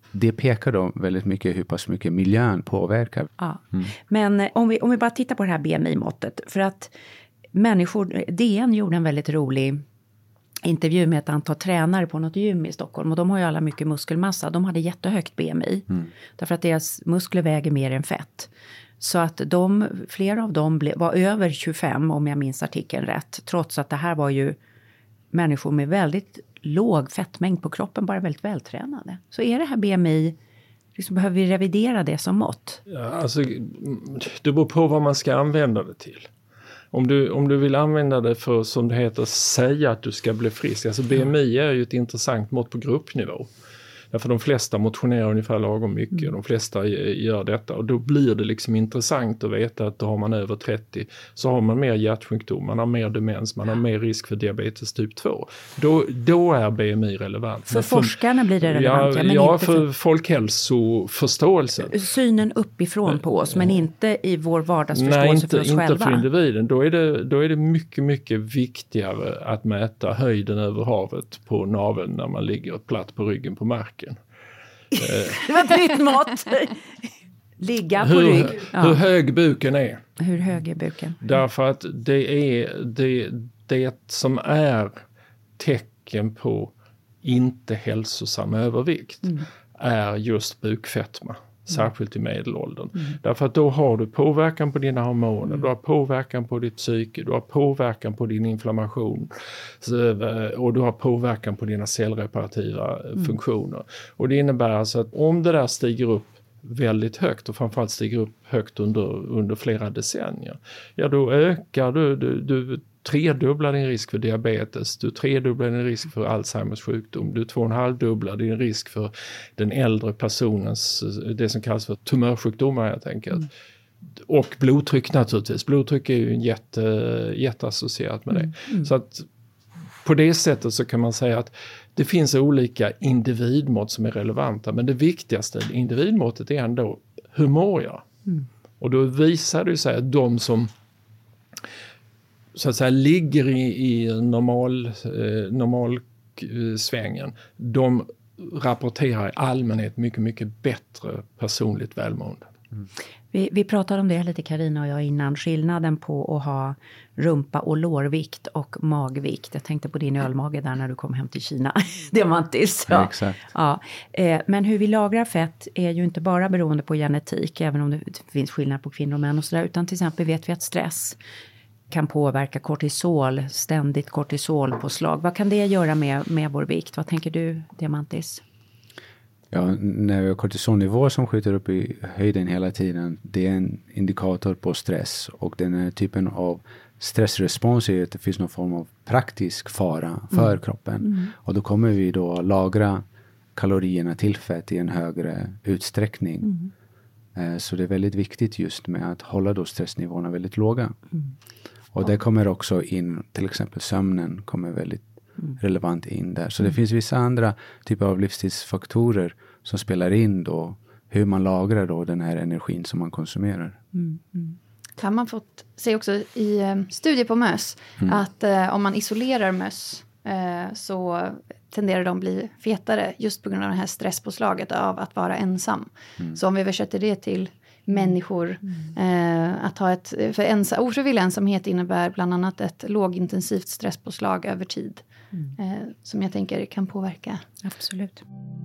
det pekar då väldigt mycket hur pass mycket miljön påverkar. Ja. Mm. Men om vi, om vi bara tittar på det här B M I-måttet. För att människor, D N gjorde en väldigt rolig intervju med ett antal tränare på något gym i Stockholm. Och de har ju alla mycket muskelmassa. De hade jättehögt B M I. Mm. Därför att deras muskler väger mer än fett. Så att de, flera av dem ble, var över tjugofem om jag minns artikeln rätt. Trots att det här var ju människor med väldigt låg fettmängd på kroppen, bara väldigt vältränade. Så är det här B M I, liksom behöver vi revidera det som mått? Ja, alltså, det beror på vad man ska använda det till. Om du, om du vill använda det för, som det heter, säga att du ska bli frisk. Alltså B M I är ju ett intressant mått på gruppnivå. Därför de flesta motionerar ungefär lagom mycket. Mm. De flesta gör detta. Och då blir det liksom intressant att veta att då har man över trettio. Så har man mer hjärtsjukdom, man har mer demens, man har mer risk för diabetes typ två. Då, då är B M I relevant. För, för forskarna blir det relevant. Ja, ja, men ja inte för, för folkhälsoförståelsen. Synen uppifrån på oss, men inte i vår vardagsförståelse. Nej, inte, för oss inte själva. För individen. Då är, det, då är det mycket, mycket viktigare att mäta höjden över havet på naveln när man ligger platt på ryggen på marken. Det var ett nytt mått. Ligga på hur, rygg. Ja. Hur hög buken är. Hur hög är buken? Därför att det är det, det som är tecken på inte hälsosam övervikt mm. är just bukfetma. Särskilt i medelåldern. Mm. Därför att då har du påverkan på dina hormoner, mm. du har påverkan på ditt psyke, du har påverkan på din inflammation och du har påverkan på dina cellreparativa mm. funktioner. Och det innebär alltså att om det där stiger upp väldigt högt och framförallt stiger upp högt under, under flera decennier, ja då ökar du, du, du tredubblar din risk för diabetes, du tredubblar din risk för Alzheimers sjukdom, du två och en halv dubblar din risk för den äldre personens, det som kallas för tumörsjukdomar helt enkelt. Mm. Och blodtryck naturligtvis. Blodtryck är ju en jätte, jätteassocierat med det. Mm. Mm. Så att på det sättet så kan man säga att det finns olika individmått som är relevanta, men det viktigaste individmåttet är ändå hur mår jag? Mm. Och då visar det sig att de som så att säga ligger i, i normal, eh, normal svängen, de rapporterar i allmänhet mycket, mycket bättre personligt välmående. Mm. Vi, vi pratade om det lite, Carina och jag, innan. Skillnaden på att ha rumpa- och lårvikt och magvikt. Jag tänkte på din ölmage där när du kom hem till Kina. Diamantis. Ja, exakt. Ja. Eh, men hur vi lagrar fett är ju inte bara beroende på genetik, även om det finns skillnad på kvinnor och män och sådär. Utan till exempel vet vi att stress kan påverka kortisol, ständigt kortisolpåslag. Vad kan det göra med, med vår vikt? Vad tänker du, Diamantis? Ja, när vi har kortisolnivåer som skjuter upp i höjden hela tiden, det är en indikator på stress. Och den här typen av stressrespons är att det finns någon form av praktisk fara för mm. kroppen. Mm. Och då kommer vi då lagra kalorierna till fett i en högre utsträckning. Mm. Så det är väldigt viktigt just med att hålla då stressnivåerna väldigt låga. Mm. Och det kommer också in, till exempel sömnen kommer väldigt mm. relevant in där. Så det finns vissa andra typer av livsstilsfaktorer som spelar in då hur man lagrar då den här energin som man konsumerar. Mm. Mm. Har man fått se också i eh, studier på möss mm. att eh, om man isolerar möss eh, så tenderar de att bli fetare just på grund av det här stresspåslaget av att vara ensam. Mm. Så om vi översätter det till människor mm. eh, att ha ett, för ens, ofrivillig ensamhet innebär bland annat ett lågintensivt stresspåslag över tid mm. eh, som jag tänker kan påverka. Absolut.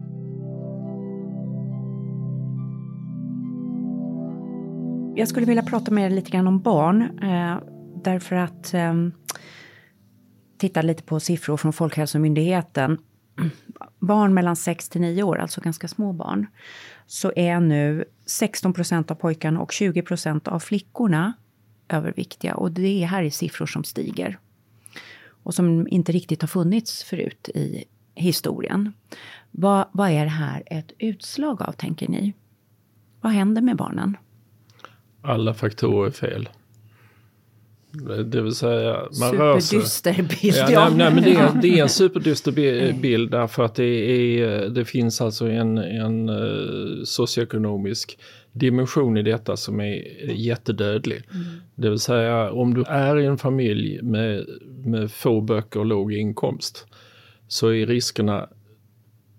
Jag skulle vilja prata med er lite grann om barn eh, därför att eh, titta lite på siffror från Folkhälsomyndigheten. Barn mellan sex till nio år, alltså ganska små barn, så är nu sexton procent av pojkarna och tjugo procent av flickorna överviktiga. Och det är här i siffror som stiger. Och som inte riktigt har funnits förut i historien. Vad, vad är det här ett utslag av, tänker ni? Vad händer med barnen? Alla faktorer är fel. Det vill säga, man rör sig. Superdyster bild. Ja, nej, nej, men det är, det är en superdyster bild därför att det, är, det finns alltså en, en socioekonomisk dimension i detta som är jättedödlig. Mm. Det vill säga, om du är i en familj med, med få böcker och låg inkomst så är riskerna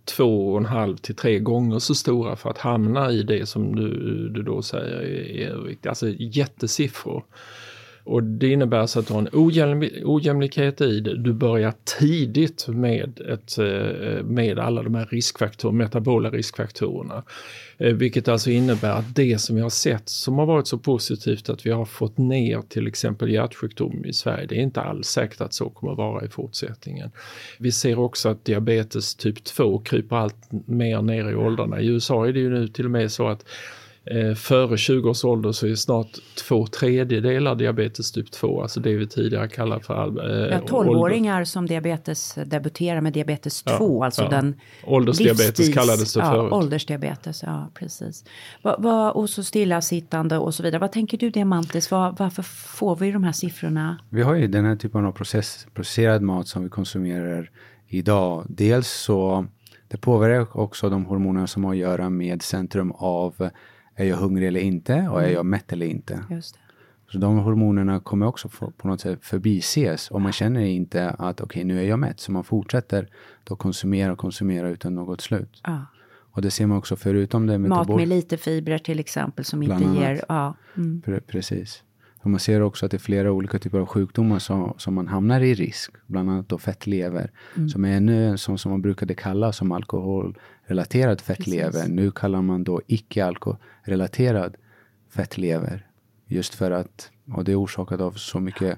två och en halv till tre gånger så stora för att hamna i det som du, du då säger är övervikt. Alltså jättesiffror. Och det innebär så att du har en ojämlik, ojämlikhet i det. Du börjar tidigt med, ett, med alla de här riskfaktorerna, metabola riskfaktorerna. Vilket alltså innebär att det som vi har sett som har varit så positivt att vi har fått ner till exempel hjärtsjukdom i Sverige. Det är inte alls säkert att så kommer att vara i fortsättningen. Vi ser också att diabetes typ två kryper allt mer ner i åldrarna. I U S A är det ju nu till och med så att Eh, före tjugo års ålder så är snart två tredjedelar diabetes typ två, alltså det vi tidigare kallar för eh, ja, tolvåringar ålder. Som diabetes debuterar med diabetes ja, två, alltså ja. Den åldersdiabetes livsstils, kallades det ja, förut. Åldersdiabetes, ja precis. Va, va, och så stillasittande och så vidare. Vad tänker du, Diamantis? Va, varför får vi de här siffrorna? Vi har ju den här typen av process, processerad mat som vi konsumerar idag. Dels så det påverkar också de hormoner som har att göra med centrum av är jag hungrig eller inte och är jag mätt eller inte. Just det. Så de hormonerna kommer också få, på något sätt förbises. Och man känner inte att okej, okay, nu är jag mätt. Så man fortsätter då konsumera och konsumera utan något slut. Ja. Och det ser man också förutom det. Mat med lite fibrer till exempel som inte ger... Ja. Mm. Pre- precis. Och man ser också att det är flera olika typer av sjukdomar som, som man hamnar i risk. Bland annat då fettlever. Mm. Som är ännu en sån som man brukade kalla som alkoholrelaterad fettlever. Precis. Nu kallar man då icke-alkoholrelaterad fettlever. Just för att, och det är orsakat av så mycket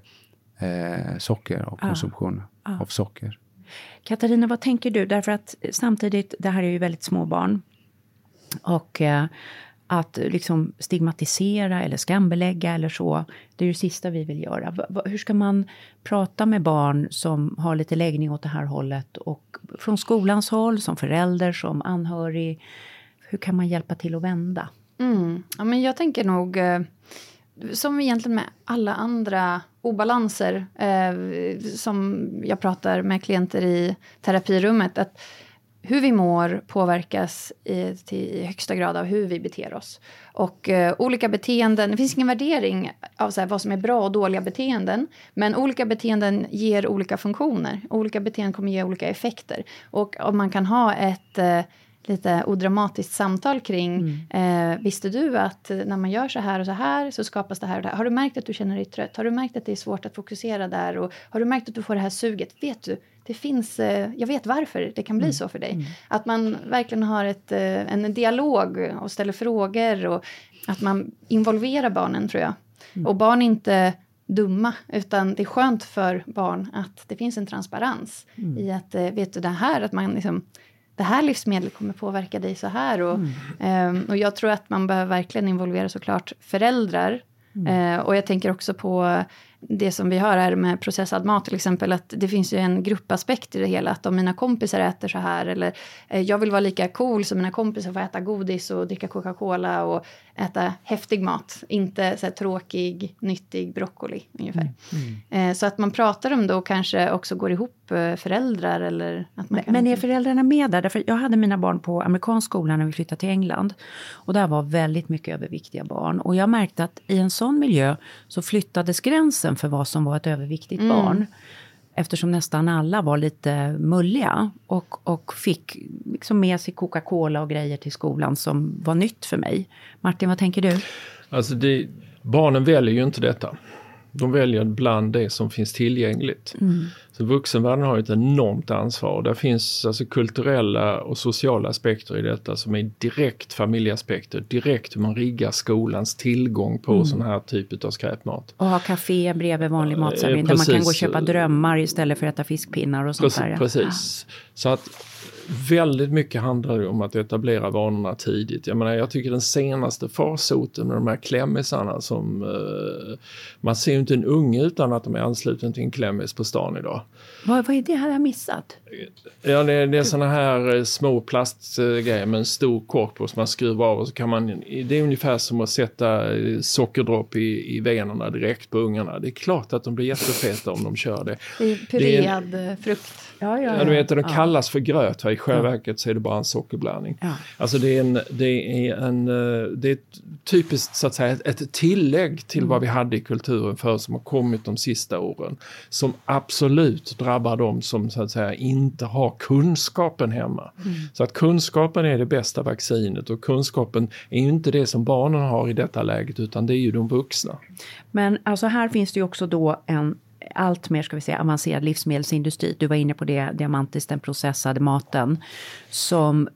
eh, socker och ah. konsumtion ah. av socker. Katarina, vad tänker du? Därför att samtidigt, det här är ju väldigt små barn. Och... Eh, att liksom stigmatisera eller skambelägga eller så. Det är ju det sista vi vill göra. Hur ska man prata med barn som har lite läggning åt det här hållet? Och från skolans håll, som förälder, som anhörig. Hur kan man hjälpa till att vända? Mm. Ja, men jag tänker nog, som egentligen med alla andra obalanser. Eh, som jag pratar med klienter i terapirummet. Att hur vi mår påverkas i, till, i högsta grad av hur vi beter oss. Och eh, olika beteenden, det finns ingen värdering av så här, vad som är bra och dåliga beteenden. Men olika beteenden ger olika funktioner. Olika beteenden kommer ge olika effekter. Och om man kan ha ett eh, lite odramatiskt samtal kring, mm. eh, visste du att när man gör så här och så här så skapas det här och det här. Har du märkt att du känner dig trött? Har du märkt att det är svårt att fokusera där? Och har du märkt att du får det här suget? Vet du? Det finns, eh, jag vet varför det kan bli mm. så för dig. Mm. Att man verkligen har ett, eh, en dialog och ställer frågor. Och att man involverar barnen, tror jag. Mm. Och barn är inte dumma, utan det är skönt för barn att det finns en transparens. Mm. I att, eh, vet du det här, att man liksom... Det här livsmedlet kommer påverka dig så här. Och, mm. eh, och jag tror att man behöver verkligen involvera såklart föräldrar. Mm. Eh, och jag tänker också på det som vi har här med processad mat till exempel. Att det finns ju en gruppaspekt i det hela. Att om mina kompisar äter så här. Eller eh, jag vill vara lika cool som mina kompisar. Få äta godis och dricka Coca-Cola. Och äta häftig mat. Inte så här tråkig, nyttig broccoli ungefär. Mm. Mm. Eh, så att man pratar om det och kanske också går ihop eh, föräldrar. Eller att man men, kan... men är föräldrarna med där? Därför jag hade mina barn på amerikansk skola när vi flyttade till England. Och där var väldigt mycket överviktiga barn. Och jag märkte att i en sån miljö så flyttades gränsen för vad som var ett överviktigt mm. barn. Eftersom nästan alla var lite mulliga. Och, och fick liksom med sig Coca-Cola och grejer till skolan som var nytt för mig. Martin, vad tänker du? Alltså det, barnen väljer ju inte detta. De väljer bland det som finns tillgängligt. Mm. Så vuxenvärlden har ett enormt ansvar. Där finns alltså kulturella och sociala aspekter i detta som är direkt familjeaspekter. Direkt hur man riggar skolans tillgång på mm. sån här typ av skräpmat. Och ha café bredvid vanlig matservering. Eh, där man kan gå och köpa drömmar istället för att äta fiskpinnar och sånt precis, där. Precis. Ja. Så att väldigt mycket handlar det om att etablera vanorna tidigt. Jag menar, jag tycker den senaste farsoten med de här klämmisarna som eh, man ser ju inte en unge utan att de är ansluten till en klämmis på stan idag. Vad, vad är det här jag missat? Ja, det, det är såna här eh, små plastgrejer med en stor kork på som man skruvar av och så kan man, det är ungefär som att sätta eh, sockerdropp i, i venerna direkt på ungarna. Det är klart att de blir jättefeta om de kör det. Det är puread det är en, frukt. Ja, ja, ja. Ja, du vet, de kallas för gröt. I själva verket så är det bara en sockerblandning. Ja. Alltså det är en, det är en, det är ett typiskt så att säga ett, ett tillägg till mm. vad vi hade i kulturen för som har kommit de sista åren. Som absolut ut drabbar de som så att säga inte har kunskapen hemma. Mm. Så att kunskapen är det bästa vaccinet, och kunskapen är ju inte det som barnen har i detta läget, utan det är ju de vuxna. Men alltså här finns det ju också då en allt mer, ska vi säga, avancerad livsmedelsindustri. Du var inne på det, diamantiskt, den processade maten som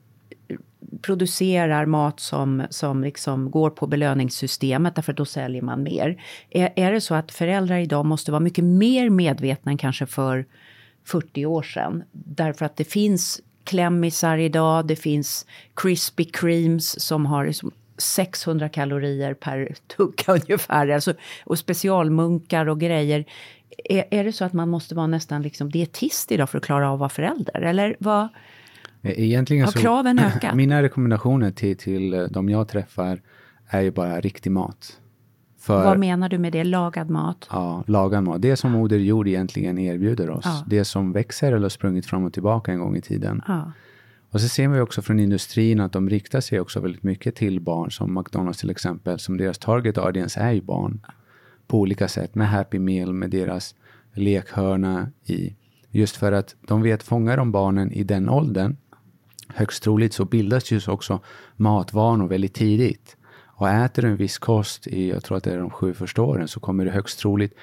producerar mat som, som liksom går på belöningssystemet, därför då säljer man mer. Är, är det så att föräldrar idag måste vara mycket mer medvetna än kanske för fyrtio år sedan? Därför att det finns klämmisar idag, det finns Krispy Kremes som har liksom sexhundra kalorier per tugga ungefär, alltså, och specialmunkar och grejer. Är, är det så att man måste vara nästan liksom dietist idag för att klara av att vara förälder? Eller vad? Egentligen har kraven ökat? Mina rekommendationer till, till de jag träffar är ju bara riktig mat. För, vad menar du med det? Lagad mat? Ja, lagad mat. Det som Moder Jord egentligen erbjuder oss. Ja. Det som växer eller sprungit fram och tillbaka en gång i tiden. Ja. Och så ser vi också från industrin att de riktar sig också väldigt mycket till barn. Som McDonald's till exempel. Som deras target audience är ju barn. På olika sätt. Med Happy Meal, med deras lekhörna i. Just för att de vet, fångar de barnen i den åldern. Högst troligt så bildas ju också matvanor väldigt tidigt. Och äter du en viss kost i, jag tror att det är de sju första åren, så kommer du högst troligt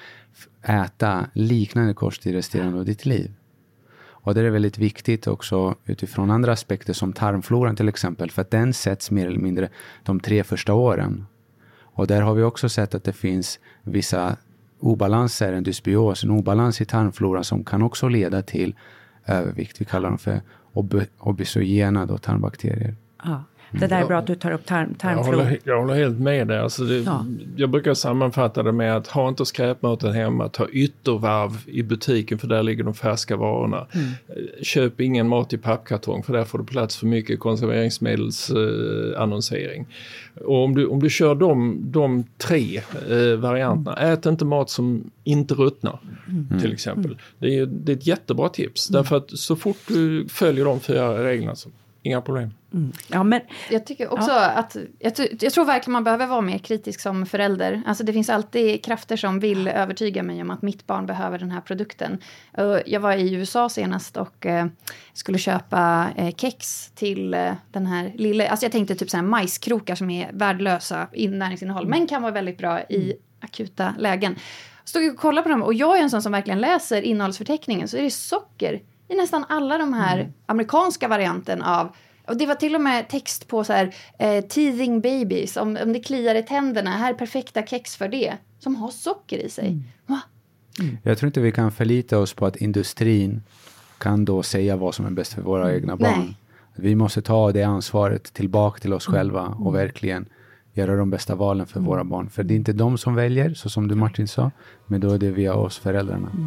äta liknande kost i resterande av ditt liv. Och det är väldigt viktigt också utifrån andra aspekter som tarmfloran till exempel. För att den sätts mer eller mindre de tre första åren. Och där har vi också sett att det finns vissa obalanser, en dysbios, en obalans i tarmfloran som kan också leda till övervikt. Vi kallar dem för ob- obesogena då, tarmbakterier. Ja. Det där är bra att du tar upp tarm, tarmflora. Jag håller, jag håller helt med dig. Alltså det, ja. Jag brukar sammanfatta det med att ha inte skräpmaten hemma, ta yttervarv i butiken för där ligger de färska varorna. Mm. Köp ingen mat i pappkartong för där får du plats för mycket konserveringsmedelsannonsering. Eh, och om du, om du kör de, de tre eh, varianterna, mm. ät inte mat som inte ruttnar mm. till exempel. Mm. Det, är, det är ett jättebra tips. Mm. Därför att så fort du följer de fyra reglerna så inga problem. Mm. Ja, men, jag tycker också ja. att jag, jag tror verkligen man behöver vara mer kritisk som förälder. Alltså det finns alltid krafter som vill övertyga mig om att mitt barn behöver den här produkten. Jag var i U S A senast och eh, skulle köpa eh, kex till eh, den här lilla, alltså jag tänkte typ så här majskrokar som är värdelösa i näringsinnehåll men kan vara väldigt bra i akuta lägen. Stod och kollade på dem och jag är en sån som verkligen läser innehållsförteckningen, så är det socker i nästan alla de här mm. amerikanska varianten av. Och det var till och med text på så här eh, teething babies, om, om det kliar i tänderna, här är perfekta kex för det, som har socker i sig. Mm. Va? Mm. Jag tror inte vi kan förlita oss på att industrin kan då säga vad som är bäst för våra mm. egna barn. Nej. Vi måste ta det ansvaret tillbaka till oss mm. själva och mm. verkligen göra de bästa valen för mm. våra barn. För det är inte de som väljer, så som du Martin sa, men då är det via oss föräldrarna. Mm.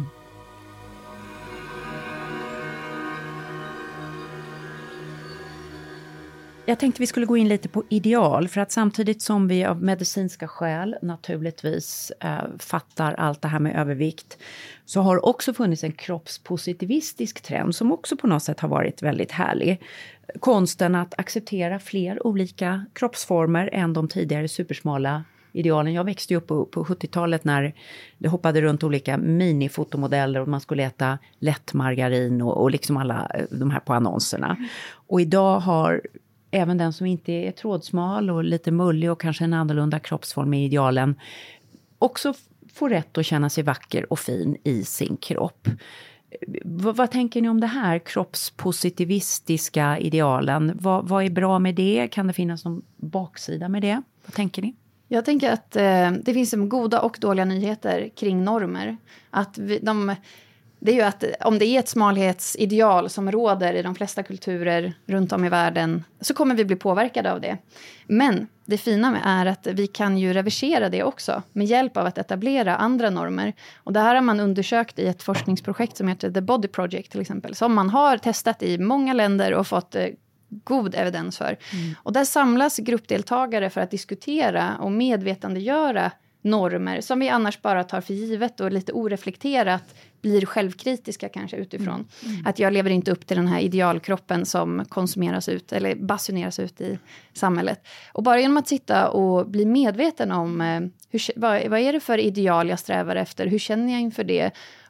Jag tänkte vi skulle gå in lite på ideal, för att samtidigt som vi av medicinska skäl naturligtvis eh, fattar allt det här med övervikt, så har också funnits en kroppspositivistisk trend som också på något sätt har varit väldigt härlig. Konsten att acceptera fler olika kroppsformer än de tidigare supersmala idealen. Jag växte upp på, på sjuttiotalet när det hoppade runt olika minifotomodeller och man skulle äta lättmargarin och, och liksom alla de här på annonserna. Och idag har även den som inte är trådsmal och lite mullig och kanske en annorlunda kroppsform i idealen också får rätt att känna sig vacker och fin i sin kropp. V- vad tänker ni om det här kroppspositivistiska idealen? Vad, vad är bra med det? Kan det finnas någon baksida med det? Vad tänker ni? Jag tänker att eh, det finns goda och dåliga nyheter kring normer. Att vi, de... Det är ju att om det är ett smalhetsideal som råder i de flesta kulturer runt om i världen, så kommer vi bli påverkade av det. Men det fina med är att vi kan ju reversera det också med hjälp av att etablera andra normer. Och det här har man undersökt i ett forskningsprojekt som heter The Body Project till exempel, som man har testat i många länder och fått eh, god evidens för. Mm. Och där samlas gruppdeltagare för att diskutera och medvetandegöra normer som vi annars bara tar för givet och lite oreflekterat blir självkritiska kanske utifrån. Mm. Mm. Att jag lever inte upp till den här idealkroppen som konsumeras ut eller basuneras ut i samhället. Och bara genom att sitta och bli medveten om eh, hur, vad, vad är det för ideal jag strävar efter? Hur känner jag inför det?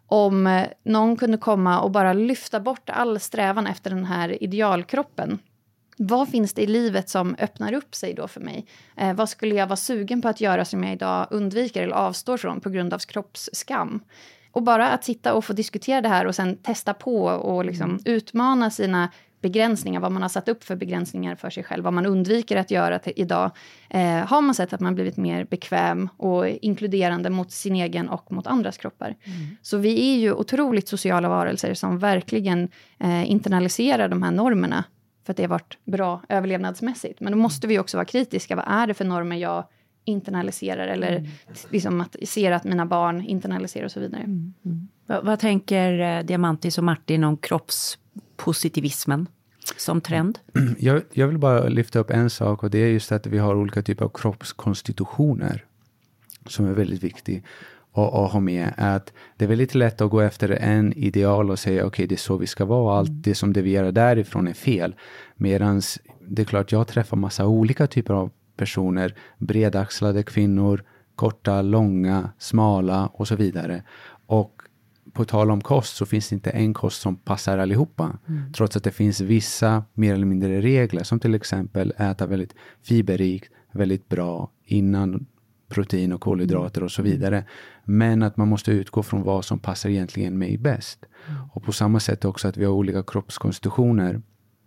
Om någon kunde komma och bara lyfta bort all strävan efter den här idealkroppen. Vad finns det i livet som öppnar upp sig då för mig? Eh, vad skulle jag vara sugen på att göra som jag idag undviker eller avstår från på grund av kroppsskam? Och bara att sitta och få diskutera det här och sen testa på och liksom utmana sina begränsningar. Vad man har satt upp för begränsningar för sig själv. Vad man undviker att göra till idag. Eh, har man sett att man blivit mer bekväm och inkluderande mot sin egen och mot andras kroppar. Mm. Så vi är ju otroligt sociala varelser som verkligen eh, internaliserar de här normerna. För att det har varit bra överlevnadsmässigt. Men då måste vi också vara kritiska. Vad är det för normer jag internaliserar? Eller mm. liksom att ser att mina barn internaliserar och så vidare. Mm. Mm. Vad, vad tänker Diamantis och Martin om kroppspositivismen som trend? Jag, jag vill bara lyfta upp en sak. Och det är just att vi har olika typer av kroppskonstitutioner. Som är väldigt viktig att, att ha med. Att det är väldigt lätt att gå efter en ideal och säga okej, okay, det är så vi ska vara. Allt det som devierar därifrån är fel. Medan det är klart jag träffar massa olika typer av personer. Bredaxlade kvinnor, korta, långa, smala och så vidare. Och på tal om kost så finns det inte en kost som passar allihopa. Mm. Trots att det finns vissa mer eller mindre regler. Som till exempel äta väldigt fiberrikt, väldigt bra innan protein och kolhydrater och så vidare. Men att man måste utgå från vad som passar egentligen mig bäst. Mm. Och på samma sätt också att vi har olika kroppskonstitutioner.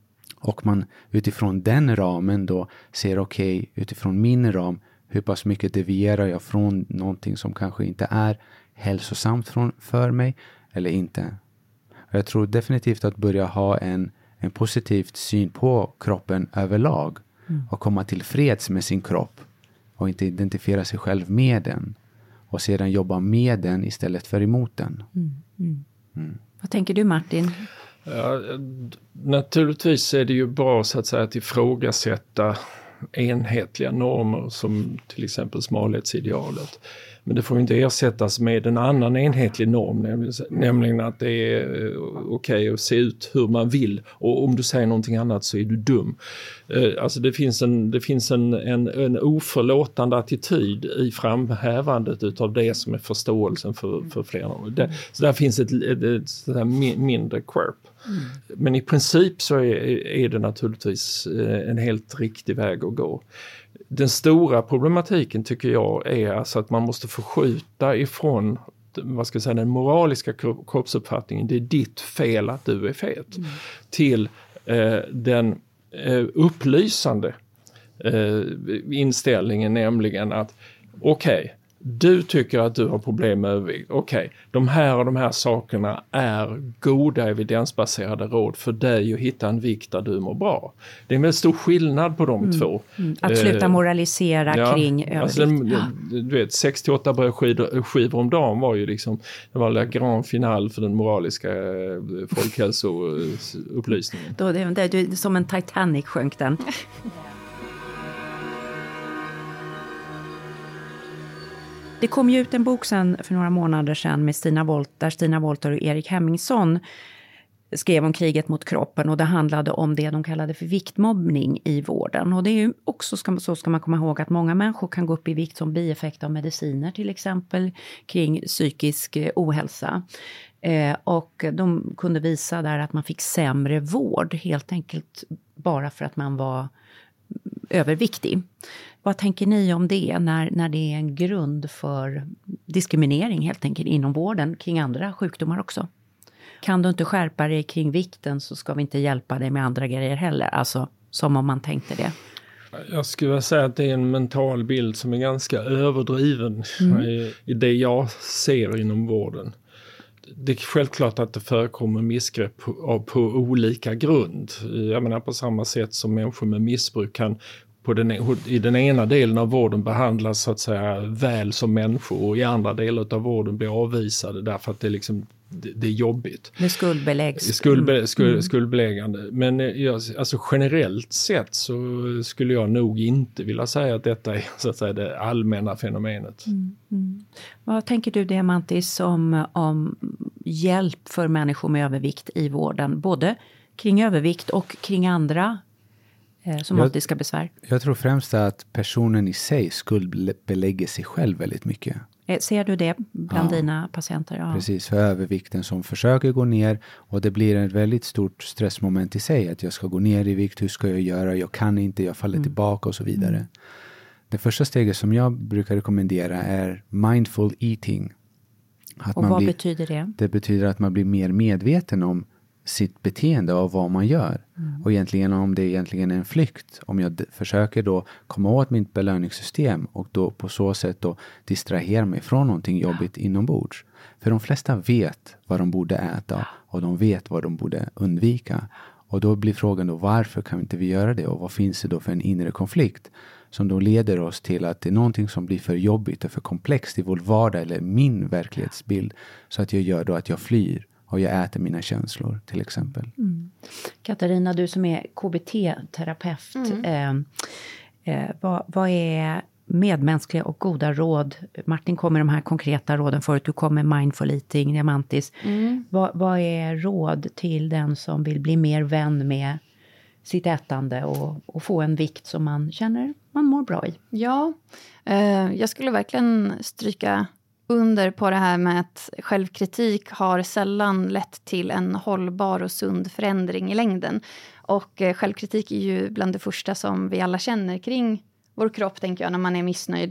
Och man utifrån den ramen då ser okej, okay, utifrån min ram, hur pass mycket devierar jag från någonting som kanske inte är hälsosamt från, för mig eller inte. Jag tror definitivt att börja ha en, en positiv syn på kroppen överlag. Mm. Och komma till freds med sin kropp. Och inte identifiera sig själv med den. Och sedan jobba med den istället för emot den. Mm. Mm. Mm. Vad tänker du, Martin? Ja, naturligtvis är det ju bra så att säga att ifrågasätta enhetliga normer som till exempel smalhetsidealet. Men det får inte ersättas med en annan enhetlig norm, nämligen att det är okej okay att se ut hur man vill. Och om du säger någonting annat så är du dum. Alltså det finns en, det finns en, en, en oförlåtande attityd i framhävandet utav det som är förståelsen för, för fler normer. Det, så där finns ett, ett, ett sådär mindre quirp. Mm. Men i princip så är, är det naturligtvis en helt riktig väg att gå. Den stora problematiken tycker jag är alltså att man måste förskjuta ifrån vad ska jag säga, den moraliska kroppsuppfattningen, det är ditt fel att du är fet, mm. till eh, den eh, upplysande eh, inställningen, nämligen att okej, okay, du tycker att du har problem med övervikt. Okej, okay, de här och de här sakerna är goda evidensbaserade råd för dig att hitta en vikt där du mår bra. Det är en väldigt stor skillnad på de mm. två. Mm. Att sluta moralisera ja, kring övervikt. Alltså den, ja. Du vet, sex till åtta brödskivor om dagen var ju liksom, det var en grand final för den moraliska folkhälsoupplysningen. Då det, det, det, som en Titanic sjönk den. Det kom ju ut en bok sen för några månader sedan med Stina Wollter, där Stina Wollter och Erik Hemmingsson skrev om kriget mot kroppen, och det handlade om det de kallade för viktmobbning i vården. Och det är ju också, så ska man komma ihåg, att många människor kan gå upp i vikt som bieffekt av mediciner till exempel kring psykisk ohälsa. Eh, och de kunde visa där att man fick sämre vård helt enkelt bara för att man var överviktig. Vad tänker ni om det när, när det är en grund för diskriminering helt enkelt inom vården kring andra sjukdomar också? Kan du inte skärpa dig kring vikten så ska vi inte hjälpa dig med andra grejer heller. Alltså som om man tänkte det. Jag skulle säga att det är en mental bild som är ganska överdriven mm. i, i det jag ser inom vården. Det är självklart att det förekommer missgrepp på, på olika grund. Jag menar på samma sätt som människor med missbruk kan på den, i den ena delen av vården behandlas så att säga väl som människor, och i andra delar av vården blir avvisade därför att det, liksom, det, det är jobbigt. Det skuldbeläggs. Skuldbe, skuld, mm. Skuldbeläggande. Men alltså, generellt sett så skulle jag nog inte vilja säga att detta är så att säga det allmänna fenomenet. Mm. Mm. Vad tänker du, Diamantis, om, om hjälp för människor med övervikt i vården? Både kring övervikt och kring andra somatiska besvär? Jag tror främst att personen i sig skuldbelägger sig själv väldigt mycket Ser du det bland ja. dina patienter? Ja. Precis, för övervikten som försöker gå ner och det blir ett väldigt stort stressmoment i sig att jag ska gå ner i vikt, hur ska jag göra, jag kan inte, jag faller mm. tillbaka och så vidare. Mm. Det första steget som jag brukar rekommendera är mindful eating. Att och man vad blir, betyder det? Det betyder att man blir mer medveten om sitt beteende och vad man gör. Mm. Och egentligen om det egentligen är en flykt. Om jag d- försöker då komma åt mitt belöningssystem och då på så sätt då distrahera mig från någonting jobbigt ja. inombords. För de flesta vet vad de borde äta och de vet vad de borde undvika. Och då blir frågan då, varför kan inte vi göra det? Och vad finns det då för en inre konflikt som då leder oss till att det är någonting som blir för jobbigt och för komplext i vår vardag eller min verklighetsbild. Så att jag gör då att jag flyr och jag äter mina känslor till exempel. Mm. Katarina, du som är K B T-terapeut. Mm. Eh, eh, vad, vad är medmänskliga och goda råd? Martin kom med de här konkreta råden förut. Du kom med mindful eating, diamantis. Mm. Vad, vad är råd till den som vill bli mer vän med sitt ätande och, och få en vikt som man känner man mår bra i? Ja, eh, jag skulle verkligen stryka under på det här med att självkritik har sällan lett till en hållbar och sund förändring i längden. Och eh, självkritik är ju bland det första som vi alla känner kring vår kropp, tänker jag, när man är missnöjd.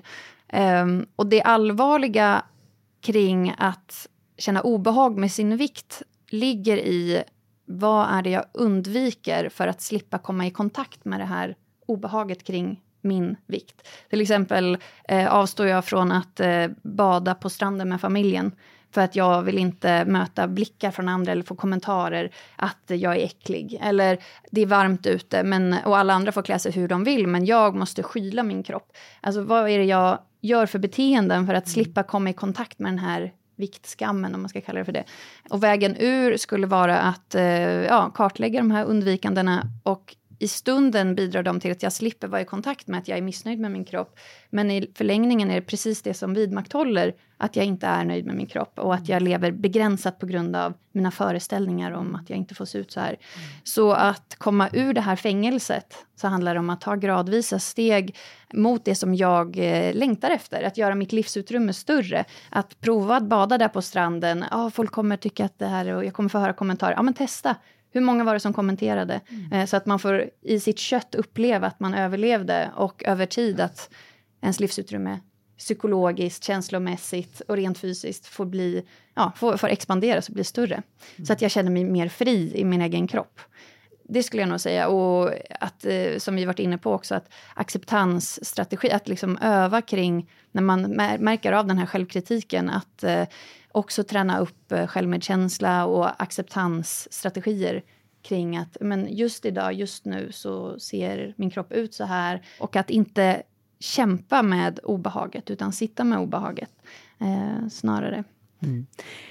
Um, och det allvarliga kring att känna obehag med sin vikt ligger i vad är det jag undviker för att slippa komma i kontakt med det här obehaget kring min vikt. Till exempel eh, avstår jag från att eh, bada på stranden med familjen för att jag vill inte möta blickar från andra eller få kommentarer att jag är äcklig. Eller det är varmt ute men, och alla andra får klä sig hur de vill men jag måste skyla min kropp. Alltså vad är det jag gör för beteenden för att slippa komma i kontakt med den här viktskammen, om man ska kalla det för det. Och vägen ur skulle vara att eh, ja, kartlägga de här undvikandena och i stunden bidrar de till att jag slipper vara i kontakt med att jag är missnöjd med min kropp. Men i förlängningen är det precis det som vidmakthåller att jag inte är nöjd med min kropp. Och att jag lever begränsat på grund av mina föreställningar om att jag inte får se ut så här. Mm. Så att komma ur det här fängelset så handlar det om att ta gradvisa steg mot det som jag eh, längtar efter. Att göra mitt livsutrymme större. Att prova att bada där på stranden. Ja, folk kommer tycka att det här och jag kommer få höra kommentarer. Ja, men testa. Hur många var det som kommenterade? Mm. Eh, så att man får i sitt kött uppleva att man överlevde. Och över tid att ens livsutrymme psykologiskt, känslomässigt och rent fysiskt får, bli, ja, får, får expandera och bli större. Mm. Så att jag känner mig mer fri i min egen kropp. Det skulle jag nog säga. Och att, eh, som vi varit inne på också, att acceptansstrategi, att liksom öva kring när man märker av den här självkritiken, att eh, också träna upp eh, självmedkänsla och acceptansstrategier kring att men just idag, just nu så ser min kropp ut så här. Och att inte kämpa med obehaget utan sitta med obehaget eh, snarare. Mm.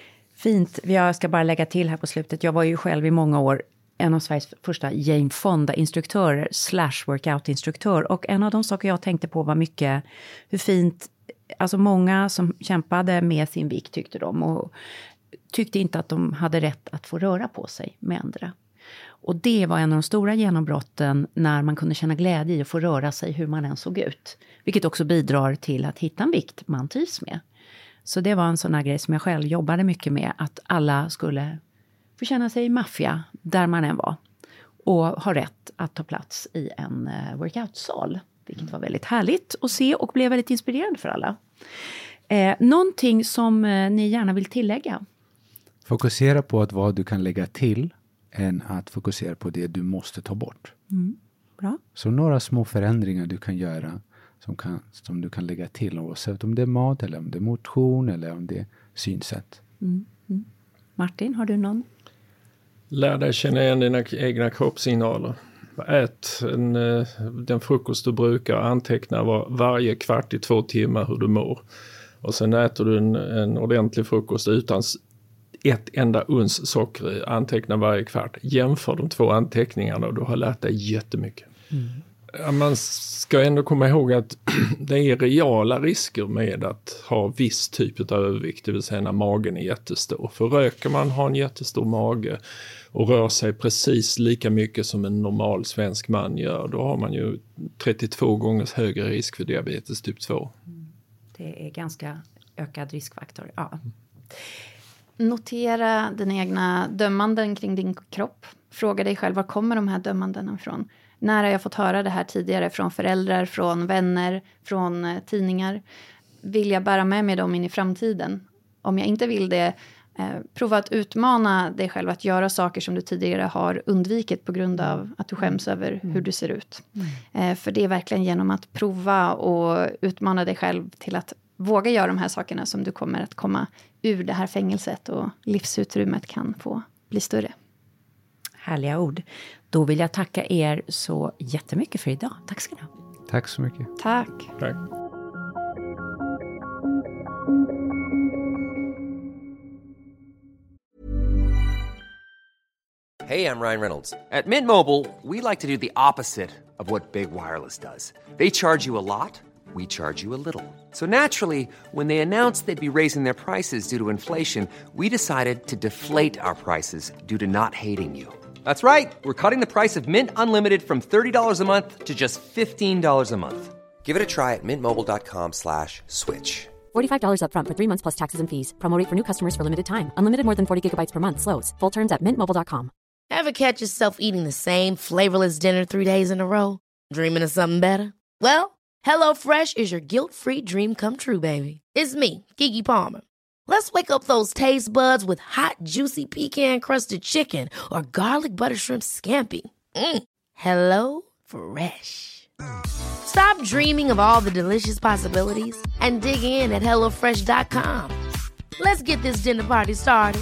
Fint. Jag ska bara lägga till här på slutet. Jag var ju själv i många år en av Sveriges första Jane Fonda-instruktörer slash workout-instruktör. Och en av de saker jag tänkte på var mycket hur fint, alltså många som kämpade med sin vikt tyckte de och tyckte inte att de hade rätt att få röra på sig med andra. Och det var en av de stora genombrotten när man kunde känna glädje i att få röra sig hur man än såg ut. Vilket också bidrar till att hitta en vikt man trivs med. Så det var en sån här grej som jag själv jobbade mycket med. Att alla skulle få känna sig maffia där man än var. Och ha rätt att ta plats i en workoutsal. Vilket var väldigt härligt att se och blev väldigt inspirerande för alla. Eh, någonting som eh, ni gärna vill tillägga? Fokusera på att vad du kan lägga till än att fokusera på det du måste ta bort. Mm, bra. Så några små förändringar du kan göra som, kan, som du kan lägga till. Oavsett om det är mat eller om det är motion eller om det är synsätt. Mm, mm. Martin, har du någon? Lär dig känna igen dina egna kroppssignaler. Ät en, den frukost du brukar, anteckna var, varje kvart i två timmar hur du mår. Och sen äter du en, en ordentlig frukost utan ett enda uns socker, anteckna varje kvart. Jämför de två anteckningarna och du har lärt dig jättemycket. Mm. Man ska ändå komma ihåg att det är reala risker med att ha viss typ av övervikt, det vill säga när magen är jättestor. För röker man, har en jättestor mage och rör sig precis lika mycket som en normal svensk man gör, då har man ju trettiotvå gångers högre risk för diabetes typ två. Det är ganska ökad riskfaktor. Ja. Notera dina egna dömanden kring din kropp. Fråga dig själv, var kommer de här dömandena ifrån? När har jag fått höra det här tidigare från föräldrar, från vänner, från eh, tidningar? Vill jag bära med mig dem in i framtiden? Om jag inte vill det, eh, prova att utmana dig själv att göra saker som du tidigare har undvikit på grund av att du skäms över hur du ser ut. Mm. Eh, för det är verkligen genom att prova och utmana dig själv till att våga göra de här sakerna som du kommer att komma ur det här fängelset och livsutrymmet kan få bli större. Härliga ord. Då vill jag tacka er så jättemycket för idag. Tack ska ni ha. Tack så mycket. Tack. Tack. Hey, I'm Ryan Reynolds. At Mint Mobile, we like to do the opposite of what Big Wireless does. They charge you a lot, we charge you a little. So naturally, when they announced they'd be raising their prices due to inflation, we decided to deflate our prices due to not hating you. That's right. We're cutting the price of Mint Unlimited from thirty dollars a month to just fifteen dollars a month. Give it a try at mintmobile.com slash switch. forty-five dollars up front for three months plus taxes and fees. Promo rate for new customers for limited time. Unlimited more than forty gigabytes per month. Slows full terms at mint mobile dot com. Ever catch yourself eating the same flavorless dinner three days in a row? Dreaming of something better? Well, HelloFresh is your guilt-free dream come true, baby. It's me, Keke Palmer. Let's wake up those taste buds with hot, juicy pecan-crusted chicken or garlic butter shrimp scampi. Mm. Hello Fresh. Stop dreaming of all the delicious possibilities and dig in at hello fresh dot com. Let's get this dinner party started.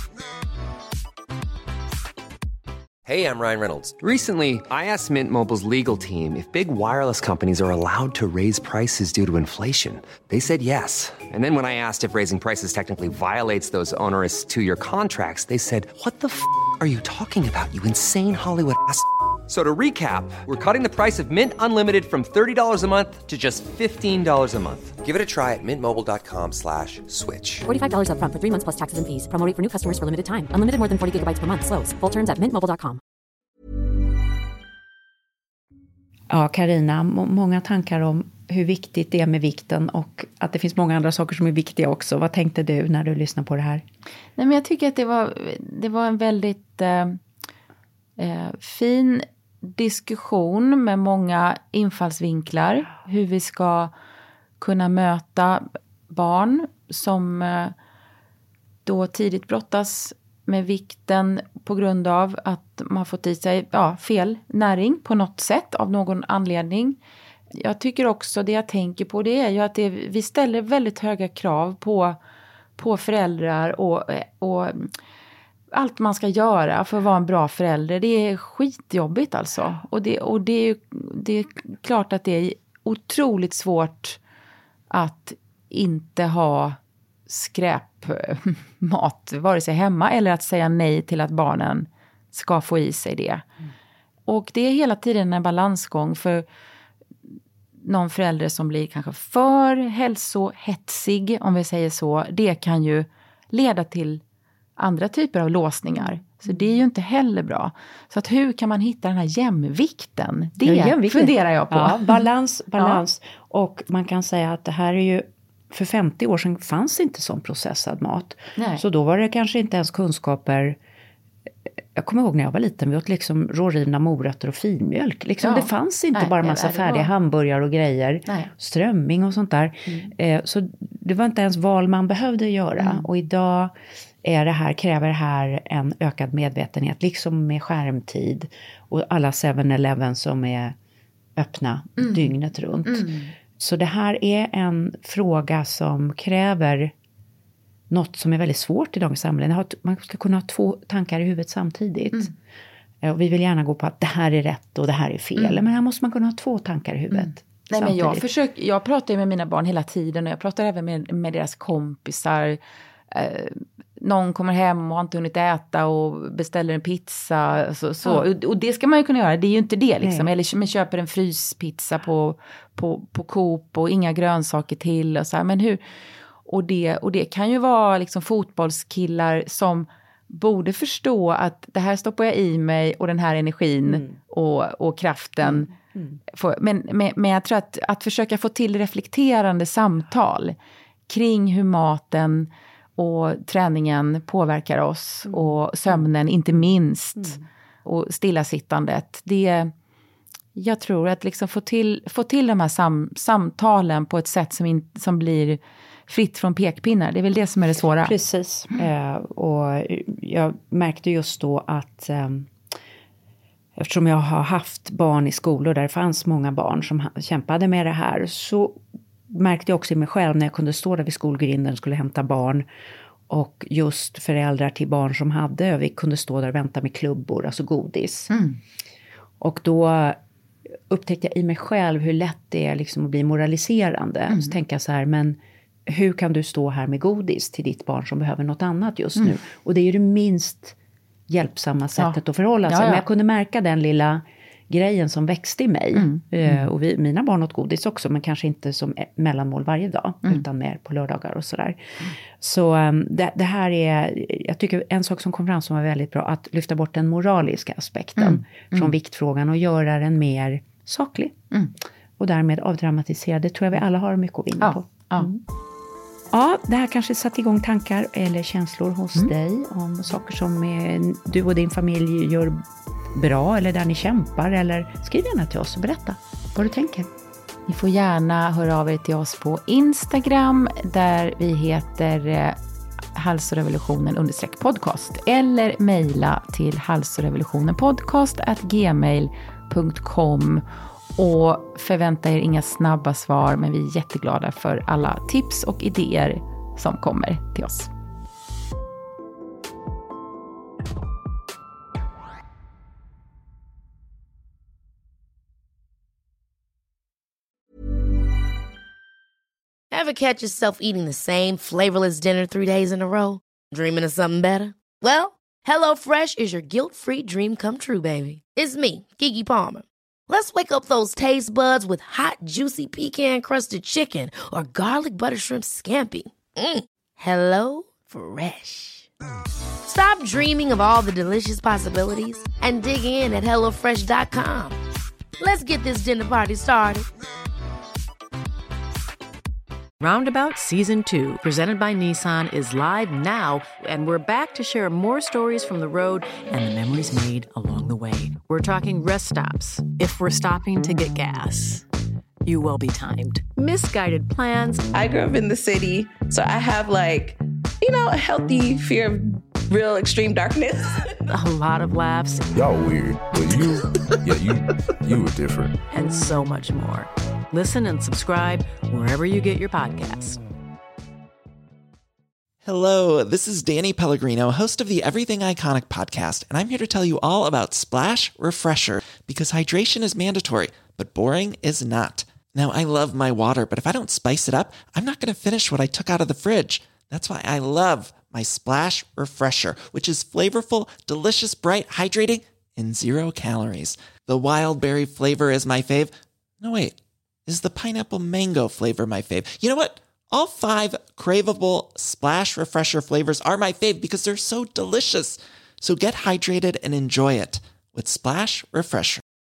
Hey, I'm Ryan Reynolds. Recently, I asked Mint Mobile's legal team if big wireless companies are allowed to raise prices due to inflation. They said yes. And then when I asked if raising prices technically violates those onerous two-year contracts, they said, what the f*** are you talking about, you insane Hollywood ass f- So to recap, we're cutting the price of Mint Unlimited from thirty dollars a month to just fifteen dollars a month. Give it a try at mintmobile.com slash switch. forty-five dollars up front for three months plus taxes and fees. Promo rate for new customers for limited time. Unlimited more than forty gigabytes per month. Slows full terms at mint mobile dot com. Ja, Carina, må- många tankar om hur viktigt det är med vikten och att det finns många andra saker som är viktiga också. Vad tänkte du när du lyssnade på det här? Nej, men jag tycker att det var, det var en väldigt eh, eh, fin diskussion med många infallsvinklar. Hur vi ska kunna möta barn som eh, då tidigt brottas med vikten på grund av att man fått i sig ja, fel näring på något sätt av någon anledning. Jag tycker också, det jag tänker på det är ju att det, vi ställer väldigt höga krav på, på föräldrar och, och allt man ska göra för att vara en bra förälder. Det är skitjobbigt alltså. Och det, och det, är, det är klart att det är otroligt svårt att inte ha skräpmat vare sig hemma eller att säga nej till att barnen ska få i sig det. Mm. Och det är hela tiden en balansgång för någon förälder som blir kanske för hälsohetsig, om vi säger så. Det kan ju leda till andra typer av låsningar. Så det är ju inte heller bra. Så att hur kan man hitta den här jämvikten? Det ja, jämvikten. funderar jag på. Ja, balans, balans. Ja. Och man kan säga att det här är ju, för femtio år sedan fanns inte sån processad mat. Nej. Så då var det kanske inte ens kunskaper. Jag kommer ihåg när jag var liten, vi åt liksom rårivna morötter och filmjölk. Liksom, ja. Det fanns inte Nej, bara massa nej, färdiga var... hamburgare och grejer. Nej. Strömming och sånt där. Mm. Eh, så det var inte ens val man behövde göra. Mm. Och idag är det här, kräver det här en ökad medvetenhet. Liksom med skärmtid. Och alla seven eleven som är öppna mm. dygnet runt. Mm. Så det här är en fråga som kräver något som är väldigt svårt i dagens samhälle. Man ska kunna ha två tankar i huvudet samtidigt. Mm. Och vi vill gärna gå på att det här är rätt och det här är fel. Mm. Men här måste man kunna ha två tankar i huvudet. Mm. Nej, men jag, försöker, jag pratar ju med mina barn hela tiden. Och jag pratar även med, med deras kompisar. Eh, någon kommer hem och har inte hunnit äta och beställer en pizza. Så, så. Ja. Och, och det ska man ju kunna göra. Det är ju inte det liksom. Nej. Eller man köper en fryspizza på, på, på Coop och inga grönsaker till. Och så här. Men hur... Och det, och det kan ju vara liksom fotbollskillar som borde förstå att det här stoppar jag i mig och den här energin mm. och, och kraften. Mm. Mm. För, men, men, men jag tror att, att försöka få till reflekterande samtal kring hur maten och träningen påverkar oss. Mm. Och sömnen inte minst. Mm. Och stillasittandet. Det, jag tror att liksom få till, få till de här sam, samtalen på ett sätt som, in, som blir fritt från pekpinnar. Det är väl det som är det svåra. Precis. Eh, och jag märkte just då att eh, eftersom jag har haft barn i skolor där det fanns många barn som kämpade med det här, så märkte jag också i mig själv när jag kunde stå där vid skolgrinden och skulle hämta barn, och just föräldrar till barn som hade övervikt kunde stå där och vänta med klubbor, alltså godis. Mm. Och då upptäckte jag i mig själv hur lätt det är liksom att bli moraliserande. Mm. Så tänker jag så här, men hur kan du stå här med godis till ditt barn som behöver något annat just mm. nu? Och det är ju det minst hjälpsamma sättet ja. att förhålla sig. Ja, ja. Men jag kunde märka den lilla grejen som växte i mig. Mm. Mm. Och vi, mina barn åt godis också, men kanske inte som mellanmål varje dag, mm. utan mer på lördagar och sådär. Mm. Så det, det här är, jag tycker en sak som kom fram som var väldigt bra, att lyfta bort den moraliska aspekten mm. Mm. från viktfrågan och göra den mer saklig. Mm. Och därmed avdramatisera. Det tror jag vi alla har mycket att vinna ja. på. Ja. Mm. Ja, det här kanske satt igång tankar eller känslor hos mm. dig om saker som är, du och din familj gör bra eller där ni kämpar, eller skriv gärna till oss och berätta vad du tänker. Ni får gärna höra av er till oss på Instagram där vi heter eh, halsorevolutionen understreck podcast, eller mejla till halsorevolutionenpodcast at gmail punkt com. Och förvänta er inga snabba svar, men vi är jätteglada för alla tips och idéer som kommer till oss. Ever catch yourself eating the same flavorless dinner three days in a row? Dreaming of something better? Well, HelloFresh is your guilt-free dream come true, baby. It's me, Keke Palmer. Let's wake up those taste buds with hot, juicy pecan-crusted chicken or garlic butter shrimp scampi. Mm. Hello Fresh. Stop dreaming of all the delicious possibilities and dig in at hello fresh dot com. Let's get this dinner party started. Roundabout Season two, presented by Nissan, is live now, and we're back to share more stories from the road and the memories made along the way. We're talking rest stops. If we're stopping to get gas, you will be timed. Misguided plans. I grew up in the city, so I have, like, you know, a healthy fear of real extreme darkness. A lot of laughs. Y'all weird, but you, yeah, you, you were different. And so much more. Listen and subscribe wherever you get your podcasts. Hello, this is Danny Pellegrino, host of the Everything Iconic podcast, and I'm here to tell you all about Splash Refresher, because hydration is mandatory, but boring is not. Now, I love my water, but if I don't spice it up, I'm not going to finish what I took out of the fridge. That's why I love my Splash Refresher, which is flavorful, delicious, bright, hydrating, and zero calories. The wild berry flavor is my fave. No, wait. Is the pineapple mango flavor my fave? You know what? All five craveable Splash Refresher flavors are my fave because they're so delicious. So get hydrated and enjoy it with Splash Refresher.